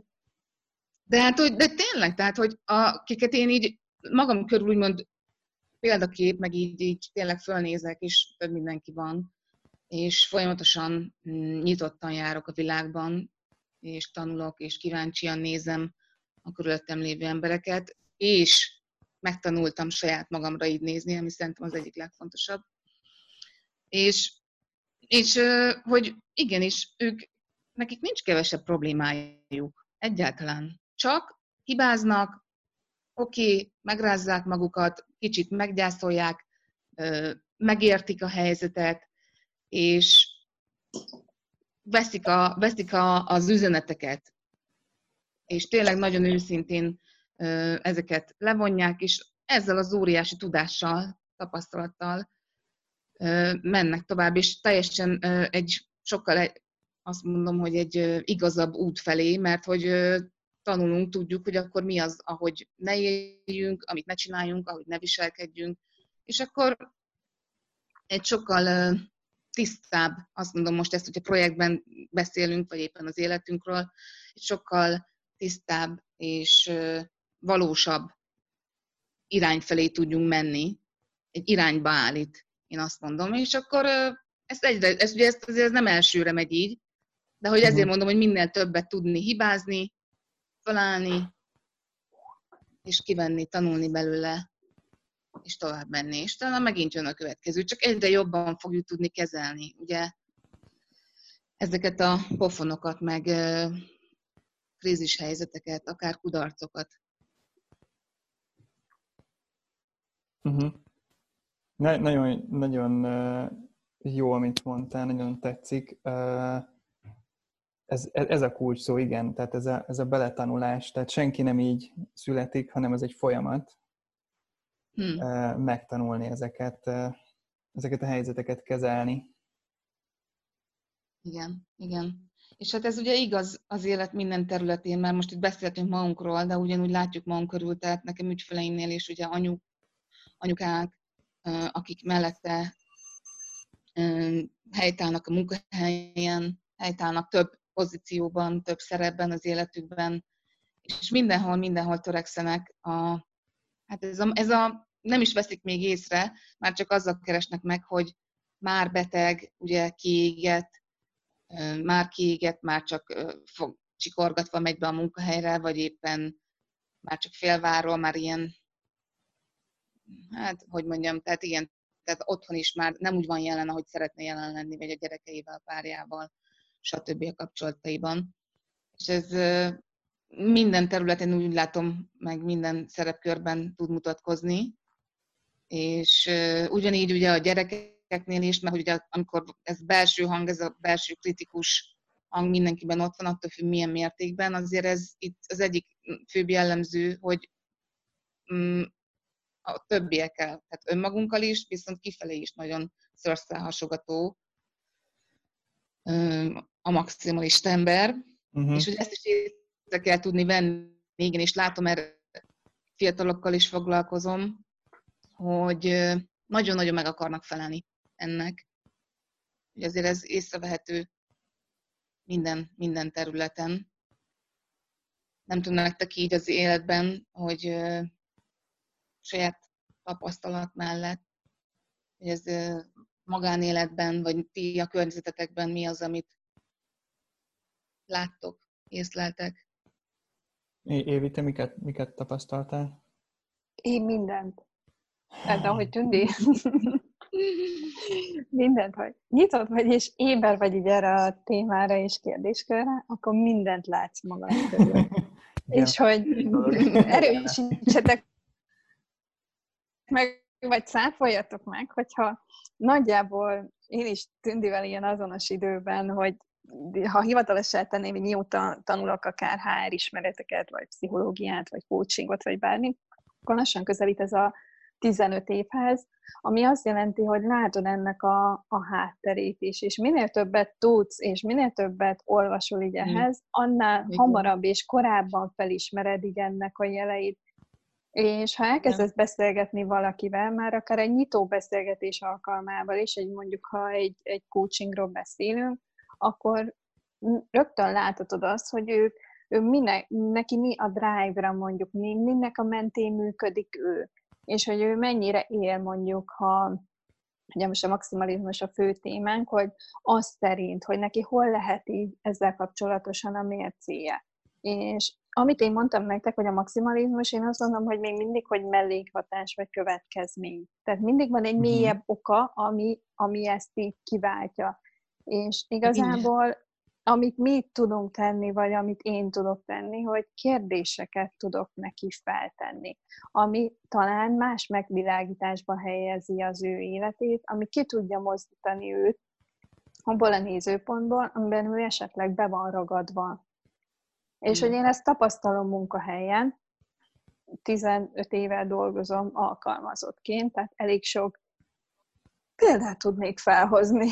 de tényleg, tehát, hogy akiket én így magam körül úgymond példakép, meg így tényleg fölnézek, és több mindenki van, és folyamatosan nyitottan járok a világban, és tanulok, és kíváncsian nézem a körülöttem lévő embereket, és megtanultam saját magamra így nézni, ami szerintem az egyik legfontosabb. És hogy igenis, nekik nincs kevesebb problémájuk egyáltalán. Csak hibáznak, megrázzák magukat, kicsit meggyászolják, megértik a helyzetet, és veszik az üzeneteket. És tényleg nagyon őszintén ezeket levonják, és ezzel az óriási tudással, tapasztalattal mennek tovább, és teljesen azt mondom, hogy egy igazabb út felé, mert hogy tanulunk, tudjuk, hogy akkor mi az, ahogy ne éljünk, amit ne csináljunk, ahogy ne viselkedjünk, és akkor egy sokkal tisztább, azt mondom most ezt, hogyha projektben beszélünk, vagy éppen az életünkről, egy sokkal tisztább és valósabb irány felé tudjunk menni, egy irányba állít, én azt mondom, és akkor ez nem elsőre megy így, de hogy ezért mondom, hogy minél többet tudni hibázni, felállni, és kivenni, tanulni belőle, és tovább menni. És talán megint jön a következő, csak egyre jobban fogjuk tudni kezelni, ugye, ezeket a pofonokat, meg krízis helyzeteket, akár kudarcokat. Nagyon, nagyon jó, amit mondtál, nagyon tetszik. Ez a kulcs szó, igen, tehát ez a beletanulás, tehát senki nem így születik, hanem ez egy folyamat. Megtanulni ezeket a helyzeteket kezelni. Igen. És hát ez ugye igaz az élet minden területén, mert most itt beszéltünk magunkról, de ugyanúgy látjuk magunk körül, tehát nekem ügyfeleimnél is ugye anyukák, akik mellette helytállnak a munkahelyen, helytállnak több pozícióban, több szerepben az életükben, és mindenhol törekszenek nem is veszik még észre, már csak azzal keresnek meg, hogy már beteg, ugye kiégett, már csak csikorgatva megy be a munkahelyre, vagy éppen már csak félvárról, már ilyen, tehát otthon is már nem úgy van jelen, ahogy szeretne jelen lenni, vagy a gyerekeivel, a párjával, stb. A kapcsolataiban. És ez minden területen úgy látom, meg minden szerepkörben tud mutatkozni. És ugyanígy ugye a gyerekeknél is, mert ugye amikor ez belső hang, ez a belső kritikus hang mindenkiben ott van, attól függ milyen mértékben, azért ez itt az egyik főbb jellemző, hogy a többiekkel, tehát önmagunkkal is, viszont kifelé is nagyon szőrszálhasogató a maximalista ember, és hogy ezt is észre kell tudni venni, igen, és látom, mert fiatalokkal is foglalkozom, hogy nagyon-nagyon meg akarnak felelni ennek. Ugye azért ez észrevehető minden területen. Nem tudom nektek így az életben, hogy saját tapasztalat mellett, hogy ez magánéletben, vagy ti a környezetetekben mi az, amit láttok, észleltek? Évi, te miket tapasztaltál? Én mindent. Tehát ahogy Tündi, mindent, hogy nyitott vagy és éber vagy így erre a témára és kérdéskörre, akkor mindent látsz magad körül. És hogy erősítsetek meg, vagy száfoljatok meg, hogyha nagyjából én is Tündivel ilyen azonos időben, hogy ha hivatalossá tenném, hogy mióta tanulok akár HR ismereteket, vagy pszichológiát, vagy coachingot, vagy bármi, akkor lassan közelít ez a 15 évhez, ami azt jelenti, hogy látod ennek a hátterét is, és minél többet tudsz, és minél többet olvasol így ehhez, annál hamarabb és korábban felismered így ennek a jeleit. És ha elkezdesz beszélgetni valakivel, már akár egy nyitó beszélgetés alkalmával is, mondjuk ha egy coachingról beszélünk, akkor rögtön láthatod azt, hogy ő neki mi a drive-ra mondjuk, minek a mentén működik ő, és hogy ő mennyire él mondjuk, ha ugye most a maximalizmus a fő témánk, hogy az szerint, hogy neki hol lehet így ezzel kapcsolatosan a mércéje. És amit én mondtam nektek, hogy a maximalizmus, én azt mondom, hogy még mindig, hogy mellékhatás vagy következmény. Tehát mindig van egy mélyebb oka, ami ezt így kiváltja. És igazából, amit mi tudunk tenni, vagy amit én tudok tenni, hogy kérdéseket tudok neki feltenni, ami talán más megvilágításba helyezi az ő életét, ami ki tudja mozdítani őt abból a nézőpontból, amiben ő esetleg be van ragadva. És hogy én ezt tapasztalom munkahelyen, 15 éve dolgozom alkalmazottként, tehát elég sok példát tudnék felhozni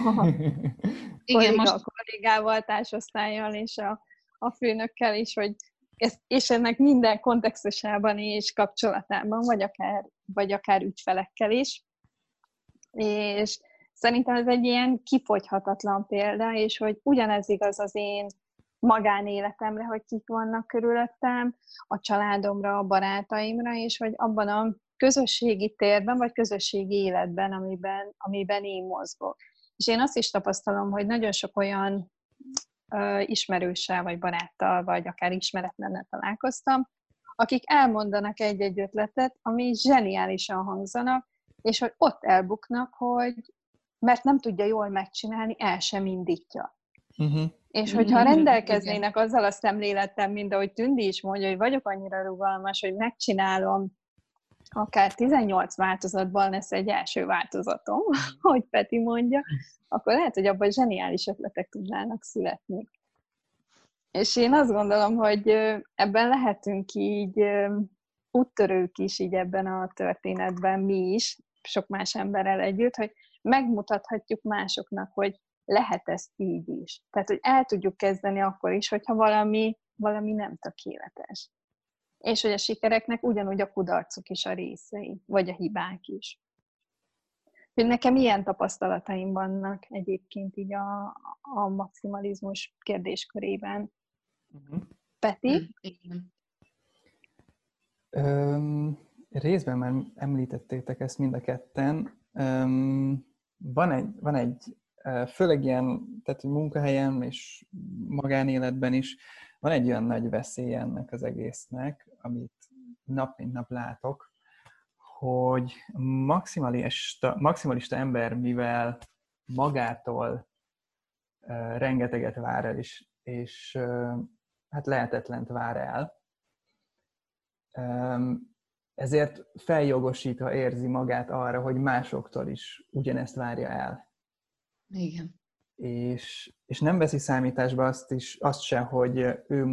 a kollégával, társosztállyal és a főnökkel is, és ennek minden kontextusában és kapcsolatában, vagy akár ügyfelekkel is. És szerintem ez egy ilyen kifogyhatatlan példa, és hogy ugyanez igaz az én magánéletemre, hogy kik vannak körülöttem, a családomra, a barátaimra, és hogy abban a közösségi térben, vagy közösségi életben, amiben én mozgok. És én azt is tapasztalom, hogy nagyon sok olyan ismerőssel, vagy baráttal, vagy akár ismeretlennel találkoztam, akik elmondanak egy-egy ötletet, ami zseniálisan hangzanak, és hogy ott elbuknak, hogy mert nem tudja jól megcsinálni, el sem indítja. És hogyha rendelkeznének azzal a szemlélettel, mint ahogy Tündi is mondja, hogy vagyok annyira rugalmas, hogy megcsinálom, akár 18 változatban lesz egy első változatom, hogy Peti mondja, akkor lehet, hogy abban zseniális ötletek tudnának születni. És én azt gondolom, hogy ebben lehetünk így úttörők is így ebben a történetben mi is, sok más emberrel együtt, hogy megmutathatjuk másoknak, hogy lehet ezt így is. Tehát, hogy el tudjuk kezdeni akkor is, hogyha valami nem tökéletes. És hogy a sikereknek ugyanúgy a kudarcok is a részei, vagy a hibák is. Hogy nekem ilyen tapasztalataim vannak egyébként így a maximalizmus kérdéskörében. Peti? Részben már említettétek ezt mind a ketten. Van egy főleg ilyen, tehát munkahelyen és magánéletben is van egy olyan nagy veszély ennek az egésznek, amit nap mint nap látok, hogy maximalista ember, mivel magától rengeteget vár el, és hát lehetetlent vár el, ezért feljogosítva érzi magát arra, hogy másoktól is ugyanezt várja el. Igen. És nem veszi számításba azt se, hogy ő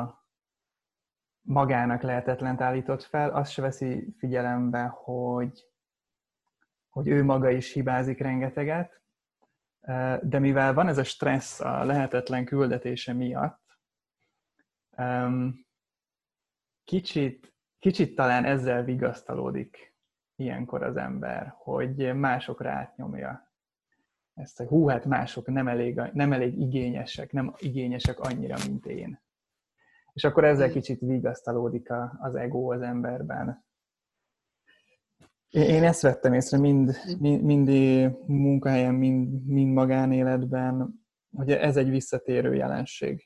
magának lehetetlent állított fel, azt se veszi figyelembe, hogy ő maga is hibázik rengeteget, de mivel van ez a stressz a lehetetlen küldetése miatt, kicsit talán ezzel vigasztalódik ilyenkor az ember, hogy másokra átnyomja ezt, hogy hát mások nem elég igényesek, nem igényesek annyira, mint én. És akkor ezzel kicsit vigasztalódik az ego az emberben. Én ezt vettem észre mind munkahelyen, mind magánéletben, hogy ez egy visszatérő jelenség.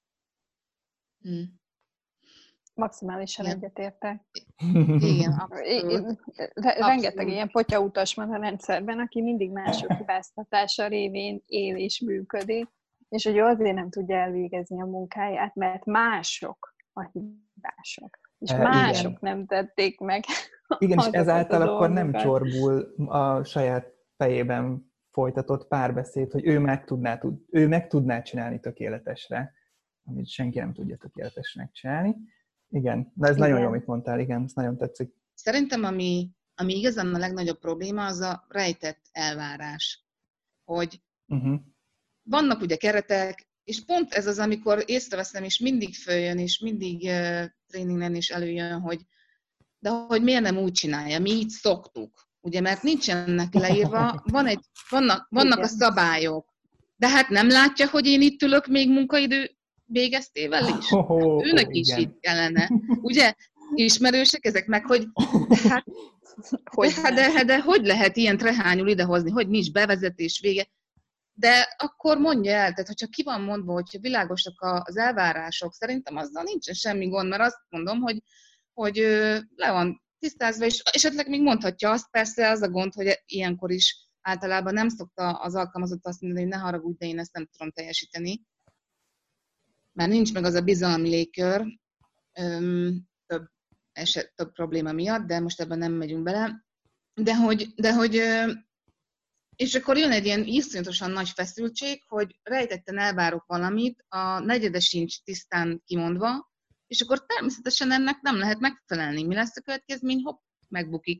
Maximálisan egyetértek. Igen, abszolút. Rengeteg ilyen potyautas van a rendszerben, aki mindig mások hibáztatása révén él és működik, és hogy azért nem tudja elvégezni a munkáját, mert mások a hibások. És mások igen. Nem tették meg. Igen, és ezáltal akkor nem csorbul a saját fejében folytatott párbeszéd, hogy ő meg tudná csinálni tökéletesre, amit senki nem tudja tökéletesnek csinálni. Igen, de ez nagyon jó, amit mondtál, igen, ez nagyon tetszik. Szerintem, ami igazán a legnagyobb probléma, az a rejtett elvárás. Hogy vannak ugye keretek, és pont ez az, amikor észreveszem, és mindig följön, és mindig tréningen is előjön, de hogy miért nem úgy csinálja, mi így szoktuk. Ugye, mert nincsenek leírva, vannak a szabályok. De hát nem látja, hogy én itt ülök még munkaidő végeztével is? Őnek is igen. itt kellene. Ugye? Ismerősek ezek meg, hogy de hogy lehet ilyen trehányul idehozni, hogy nincs bevezetés vége. De akkor mondja el, tehát hogyha ki van mondva, hogyha világosak az elvárások, szerintem azzal nincsen semmi gond, mert azt mondom, hogy le van tisztázva, és esetleg még mondhatja azt, persze az a gond, hogy ilyenkor is általában nem szokta az alkalmazott azt mondani, hogy ne haragudj, de én ezt nem tudom teljesíteni, mert nincs meg az a bizalmi légkör, több probléma miatt, de most ebben nem megyünk bele. De hogy és akkor jön egy ilyen iszonyatosan nagy feszültség, hogy rejtetten elvárok valamit, a negyede sincs tisztán kimondva, és akkor természetesen ennek nem lehet megfelelni. Mi lesz a következmény? Hopp, megbukik.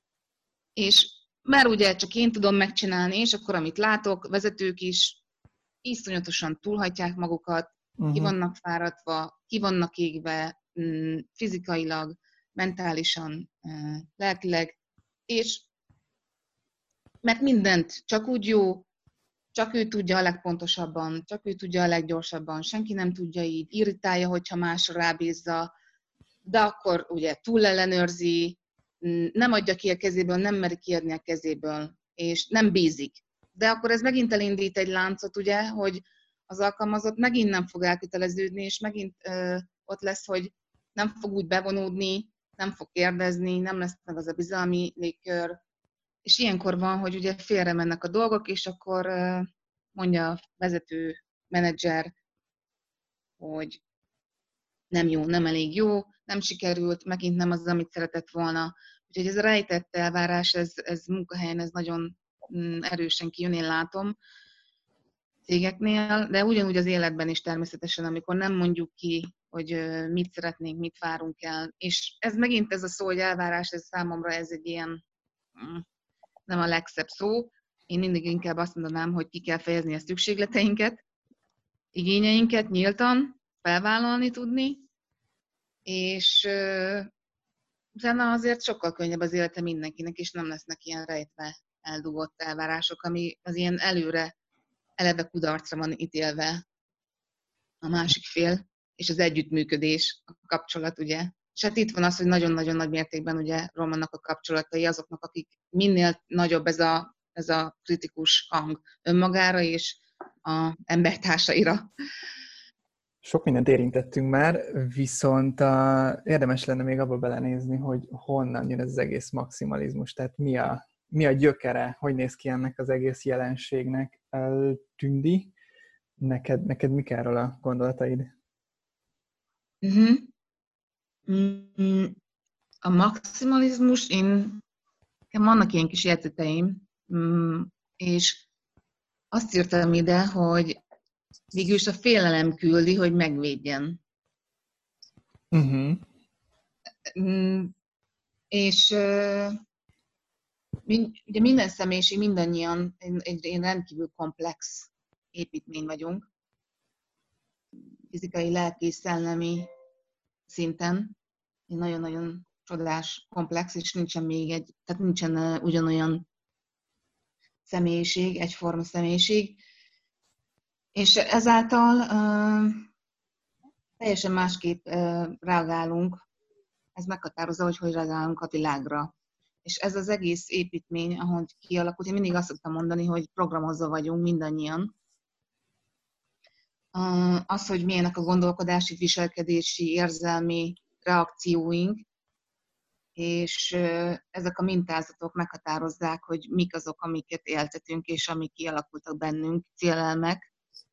És mert ugye csak én tudom megcsinálni, és akkor amit látok, vezetők is iszonyatosan túlhajtják magukat, ki vannak fáradva, ki vannak égve, fizikailag, mentálisan, lelkileg, és mert mindent csak úgy jó, csak ő tudja a legpontosabban, csak ő tudja a leggyorsabban, senki nem tudja így, irritálja, hogyha másra rábízza, de akkor ugye túlellenőrzi, nem adja ki a kezéből, nem meri kiadni a kezéből, és nem bízik. De akkor ez megint elindít egy láncot, ugye, hogy az alkalmazott megint nem fog elköteleződni, és megint ott lesz, hogy nem fog úgy bevonódni, nem fog kérdezni, nem lesz meg az a bizalmi légkör. És ilyenkor van, hogy ugye félre mennek a dolgok, és akkor mondja a vezető menedzser, hogy nem jó, nem elég jó, nem sikerült, megint nem az, amit szeretett volna. Úgyhogy ez a rejtett elvárás, ez munkahelyen ez nagyon erősen kijön, én látom cégeknél, de ugyanúgy az életben is természetesen, amikor nem mondjuk ki, hogy mit szeretnénk, mit várunk el. És ez megint ez a szó, hogy elvárás, ez számomra ez egy ilyen nem a legszebb szó. Én mindig inkább azt mondanám, hogy ki kell fejezni a szükségleteinket, igényeinket nyíltan, felvállalni tudni, és utána azért sokkal könnyebb az élete mindenkinek, és nem lesznek ilyen rejtve eldugott elvárások, ami az ilyen előre, eleve kudarcra van ítélve a másik fél, és az együttműködés, a kapcsolat, ugye. És hát itt van az, hogy nagyon-nagyon nagy mértékben ugye romlanak a kapcsolatai azoknak, akik minél nagyobb ez a kritikus hang önmagára és a embertársaira. Sok mindent érintettünk már, viszont érdemes lenne még abba belenézni, hogy honnan jön ez az egész maximalizmus, tehát mi a gyökere, hogy néz ki ennek az egész jelenségnek. Tündi, neked mik erről a gondolataid? A maximalizmus, vannak ilyen kis jegyzeteim, és azt írtam ide, hogy végülis a félelem küldi, hogy megvédjen. És ugye minden személyiség, mindannyian egy rendkívül komplex építmény vagyunk. Fizikai, lelki, szellemi szinten. Egy nagyon-nagyon csodás komplex, és tehát nincsen ugyanolyan személyiség, egyforma személyiség. És ezáltal teljesen másképp reagálunk, ez meghatározza, hogy reagálunk a világra. És ez az egész építmény, ahogy kialakult, én mindig azt szoktam mondani, hogy programozva vagyunk mindannyian. Az, hogy milyenek a gondolkodási, viselkedési, érzelmi reakcióink, és ezek a mintázatok meghatározzák, hogy mik azok, amiket éltetünk, és amik kialakultak bennünk, célelmek.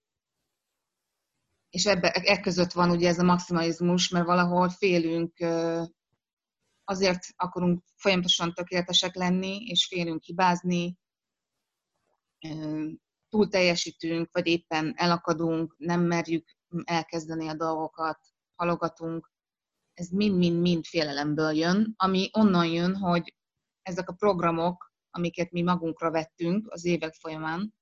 És között van ugye ez a maximalizmus, mert valahol félünk, azért akarunk folyamatosan tökéletesek lenni, és félünk hibázni, túl teljesítünk, vagy éppen elakadunk, nem merjük elkezdeni a dolgokat, halogatunk. Ez mind-mind-mind félelemből jön, ami onnan jön, hogy ezek a programok, amiket mi magunkra vettünk az évek folyamán,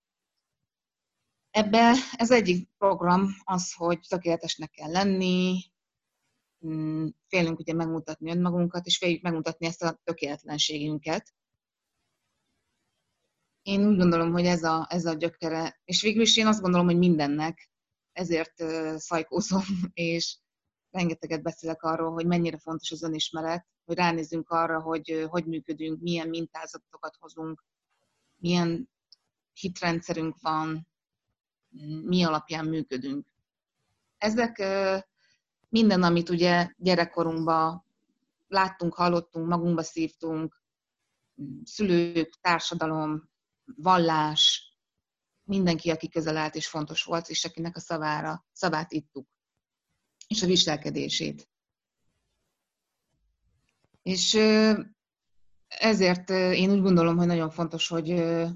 ebbe ez egyik program az, hogy tökéletesnek kell lenni, félünk ugye megmutatni önmagunkat, és féljük megmutatni ezt a tökéletlenségünket. Én úgy gondolom, hogy ez a gyökere, és végül is én azt gondolom, hogy mindennek, ezért szajkózom, és rengeteget beszélek arról, hogy mennyire fontos az önismeret, hogy ránézzünk arra, hogy hogy működünk, milyen mintázatokat hozunk, milyen hitrendszerünk van, mi alapján működünk. Ezek minden, amit ugye gyerekkorunkban láttunk, hallottunk, magunkba szívtunk, szülők, társadalom, vallás, mindenki, aki közel állt és fontos volt, és akinek a szavát ittuk, és a viselkedését. És ezért én úgy gondolom, hogy nagyon fontos, hogy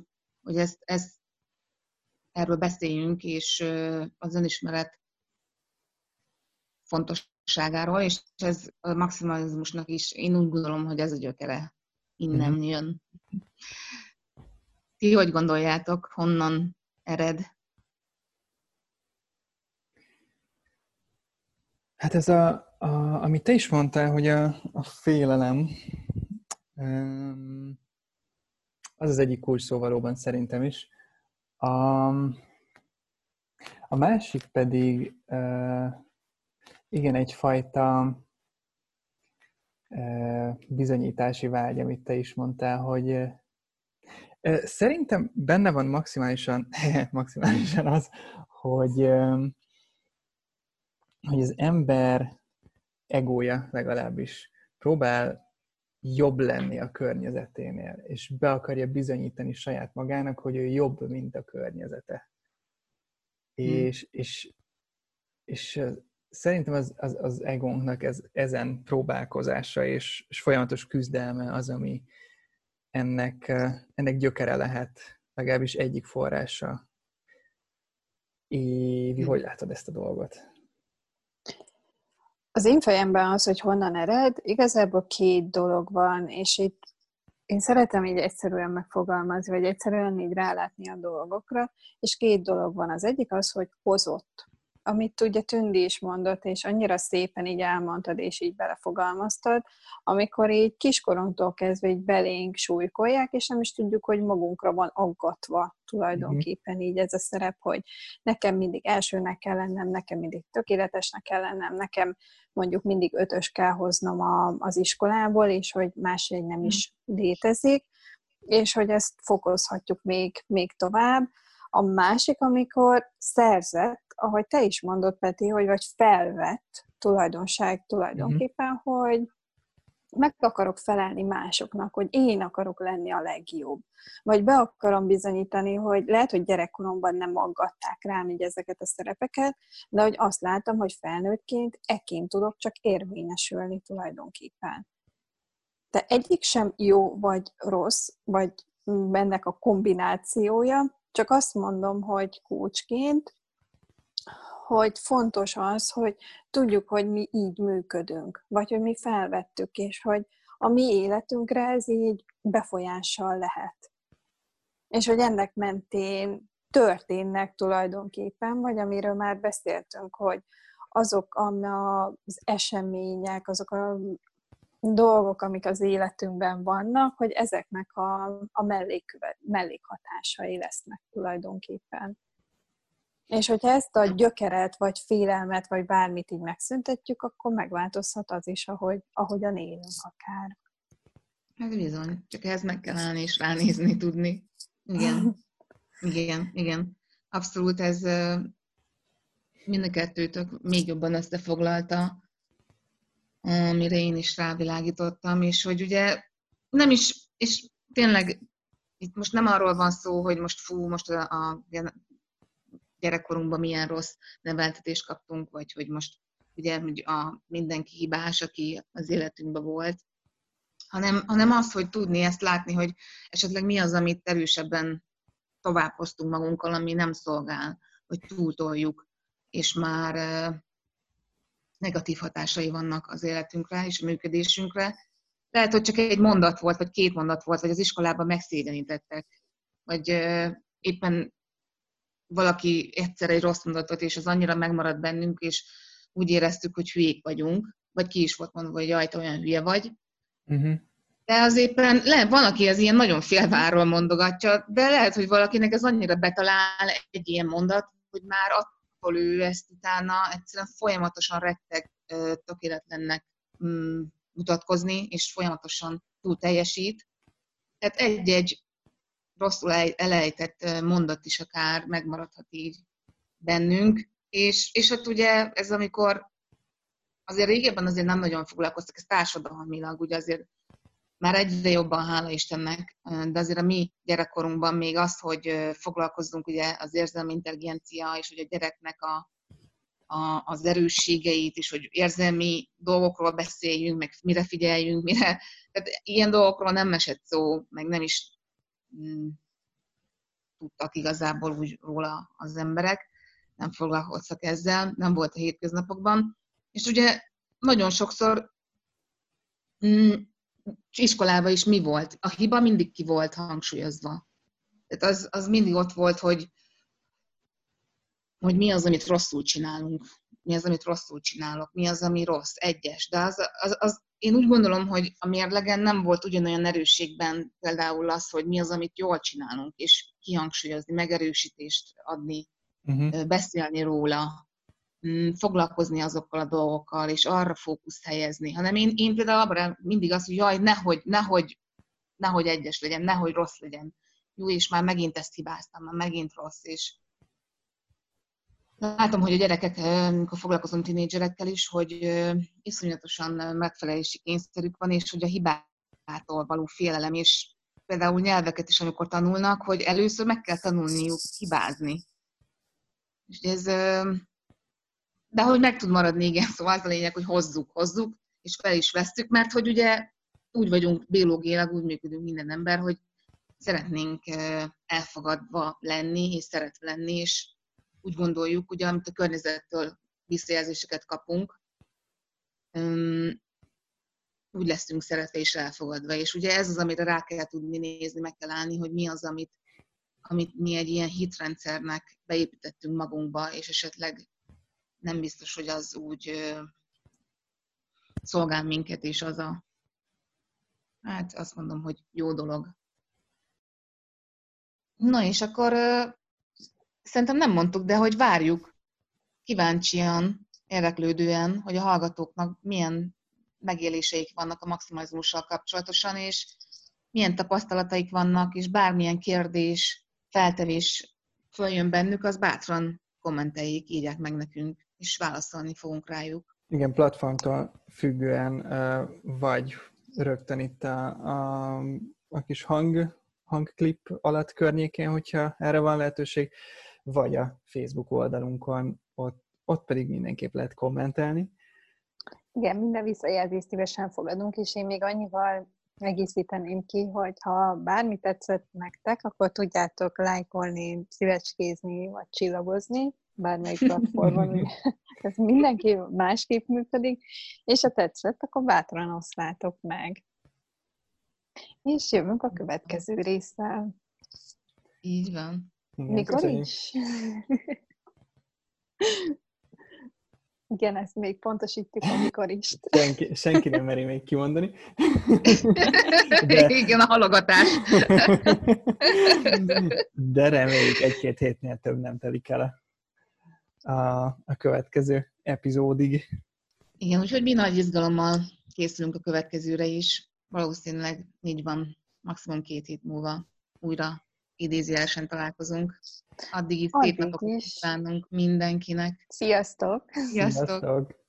erről beszéljünk, és az önismeret fontosságáról, és ez a maximalizmusnak is, én úgy gondolom, hogy ez a gyökere innen jön. Ti hogy gondoljátok, honnan ered? Hát ez amit te is mondtál, hogy a félelem, az egyik kulcs szó valóban szerintem is. A másik pedig igen, egyfajta bizonyítási vágy, amit te is mondtál, hogy szerintem benne van maximálisan az, hogy az ember egója legalábbis próbál jobb lenni a környezeténél, és be akarja bizonyítani saját magának, hogy ő jobb, mint a környezete. És szerintem az egónknak ezen próbálkozása és folyamatos küzdelme az, ami ennek gyökere lehet, legalábbis egyik forrása. Évi, hogy látod ezt a dolgot? Az én fejemben az, hogy honnan ered, igazából 2 dolog van, és itt én szeretem így egyszerűen megfogalmazni, vagy egyszerűen így rálátni a dolgokra, és 2 dolog van. Az egyik az, hogy hozott. Amit ugye Tündi is mondott, és annyira szépen így elmondtad, és így belefogalmaztad, amikor így kiskorunktól kezdve így belénk súlykolják, és nem is tudjuk, hogy magunkra van aggatva tulajdonképpen így ez a szerep, hogy nekem mindig elsőnek kell lennem, nekem mindig tökéletesnek kell lennem, nekem mondjuk mindig 5-ös kell hoznom az iskolából, és hogy máshogy nem is létezik, és hogy ezt fokozhatjuk még tovább. A másik, amikor szerzett, ahogy te is mondod, Peti, hogy vagy felvett tulajdonság tulajdonképpen, hogy meg akarok felelni másoknak, hogy én akarok lenni a legjobb. Vagy be akarom bizonyítani, hogy lehet, hogy gyerekkoromban nem aggatták rám így ezeket a szerepeket, de hogy azt látom, hogy felnőttként ekként tudok csak érvényesülni tulajdonképpen. De egyik sem jó vagy rossz, vagy ennek a kombinációja, csak azt mondom, hogy coachként, hogy fontos az, hogy tudjuk, hogy mi így működünk, vagy hogy mi felvettük, és hogy a mi életünkre ez így befolyással lehet. És hogy ennek mentén történnek tulajdonképpen, vagy amiről már beszéltünk, hogy azok az események, azok a dolgok, amik az életünkben vannak, hogy ezeknek a mellékhatásai lesznek tulajdonképpen. És hogyha ezt a gyökeret, vagy félelmet, vagy bármit így megszüntetjük, akkor megváltozhat az is, ahogyan élünk akár. Hát bizony, csak ehhez meg kell állni és ránézni tudni. Igen. Abszolút ez mind a kettőtök még jobban összefoglalta, amire én is rávilágítottam, és hogy ugye nem is, és tényleg itt most nem arról van szó, hogy most a gyerekkorunkban milyen rossz neveltetést kaptunk, vagy hogy most ugye mindenki hibás, aki az életünkben volt, hanem az, hogy tudni ezt látni, hogy esetleg mi az, amit erősebben tovább hoztunk magunkkal, ami nem szolgál, hogy túltoljuk, és már negatív hatásai vannak az életünkre és a működésünkre. Lehet, hogy csak egy mondat volt, vagy 2 mondat volt, vagy az iskolában megszégyenítettek, vagy éppen valaki egyszer egy rossz mondatot, és az annyira megmaradt bennünk, és úgy éreztük, hogy hülyék vagyunk, vagy ki is volt mondva, hogy jaj, te olyan hülye vagy. Uh-huh. De az éppen, van, aki ez ilyen nagyon félvárról mondogatja, de lehet, hogy valakinek ez annyira betalál egy ilyen mondat, hogy már attól ő ezt utána egyszerűen folyamatosan retteg tökéletlennek mutatkozni, és folyamatosan túl teljesít. Tehát egy-egy rosszul elejtett mondat is akár megmaradhat így bennünk, és hát ugye ez amikor azért régebben azért nem nagyon foglalkoztak, ez társadalmilag, ugye azért már egyre jobban, hála Istennek, de azért a mi gyerekkorunkban még az, hogy foglalkozzunk ugye az érzelmi intelligencia, és hogy a gyereknek az erősségeit, és hogy érzelmi dolgokról beszéljünk, meg mire figyeljünk, mire. Tehát ilyen dolgokról nem esett szó, meg nem is tudtak igazából úgy róla az emberek, nem foglalkoztak ezzel, nem volt a hétköznapokban. És ugye nagyon sokszor iskolában is mi volt? A hiba mindig ki volt hangsúlyozva. Tehát az mindig ott volt, hogy mi az, amit rosszul csinálunk, mi az, amit rosszul csinálok, mi az, ami rossz, egyes. De én úgy gondolom, hogy a mérlegen nem volt ugyanolyan erősségben például az, hogy mi az, amit jól csinálunk, és kihangsúlyozni, megerősítést adni, beszélni róla, foglalkozni azokkal a dolgokkal, és arra fókuszt helyezni. Hanem én például abban mindig azt, hogy jaj, nehogy egyes legyen, nehogy rossz legyen. Jó, és már megint ezt hibáztam, már megint rossz, és látom, hogy a gyerekek, amikor foglalkozom tínédzserekkel is, hogy iszonyatosan megfelelési kényszerük van, és hogy a hibától való félelem, és például nyelveket is, amikor tanulnak, hogy először meg kell tanulniuk hibázni. És ez, de hogy meg tud maradni, igen, szóval az a lényeg, hogy hozzuk, és fel is vesszük, mert hogy ugye úgy vagyunk biológiailag, úgy működünk minden ember, hogy szeretnénk elfogadva lenni, és szeretve lenni, és úgy gondoljuk, ugye, amit a környezettől visszajelzéseket kapunk, úgy leszünk szeretve és elfogadva. És ugye ez az, amire rá kell tudni nézni, meg kell állni, hogy mi az, amit mi egy ilyen hitrendszernek beépítettünk magunkba, és esetleg nem biztos, hogy az úgy szolgál minket, és az hát azt mondom, hogy jó dolog. Na és akkor szerintem nem mondtuk, de hogy várjuk kíváncsian, érdeklődően, hogy a hallgatóknak milyen megéléseik vannak a maximalizmussal kapcsolatosan, és milyen tapasztalataik vannak, és bármilyen kérdés, feltevés följön bennük, az bátran kommenteljék, írják meg nekünk, és válaszolni fogunk rájuk. Igen, platformtól függően, vagy rögtön itt a kis hangklip alatt környékén, hogyha erre van lehetőség, vagy a Facebook oldalunkon, ott pedig mindenképp lehet kommentelni. Igen, minden visszajelzést szívesen fogadunk, és én még annyival egészíteném ki, hogy ha bármi tetszett nektek, akkor tudjátok lájkolni, szívecskézni, vagy csillagozni, bármelyik platformon. Ez mindenki másképp működik, és ha tetszett, akkor bátran oszlátok meg. És jövünk a következő résszel. Így van. Mikor is? Igen, ezt még pontosítjuk, amikor is. Senki nem meri még kimondani. Igen, a halogatás. De reméljük 1-2 hétnél több nem telik el a következő epizódig. Igen, úgyhogy mi nagy izgalommal készülünk a következőre is. Valószínűleg így van, maximum 2 hét múlva újra idézőjelesen találkozunk. Addig itt szép napokat kívánunk mindenkinek. Sziasztok! Sziasztok!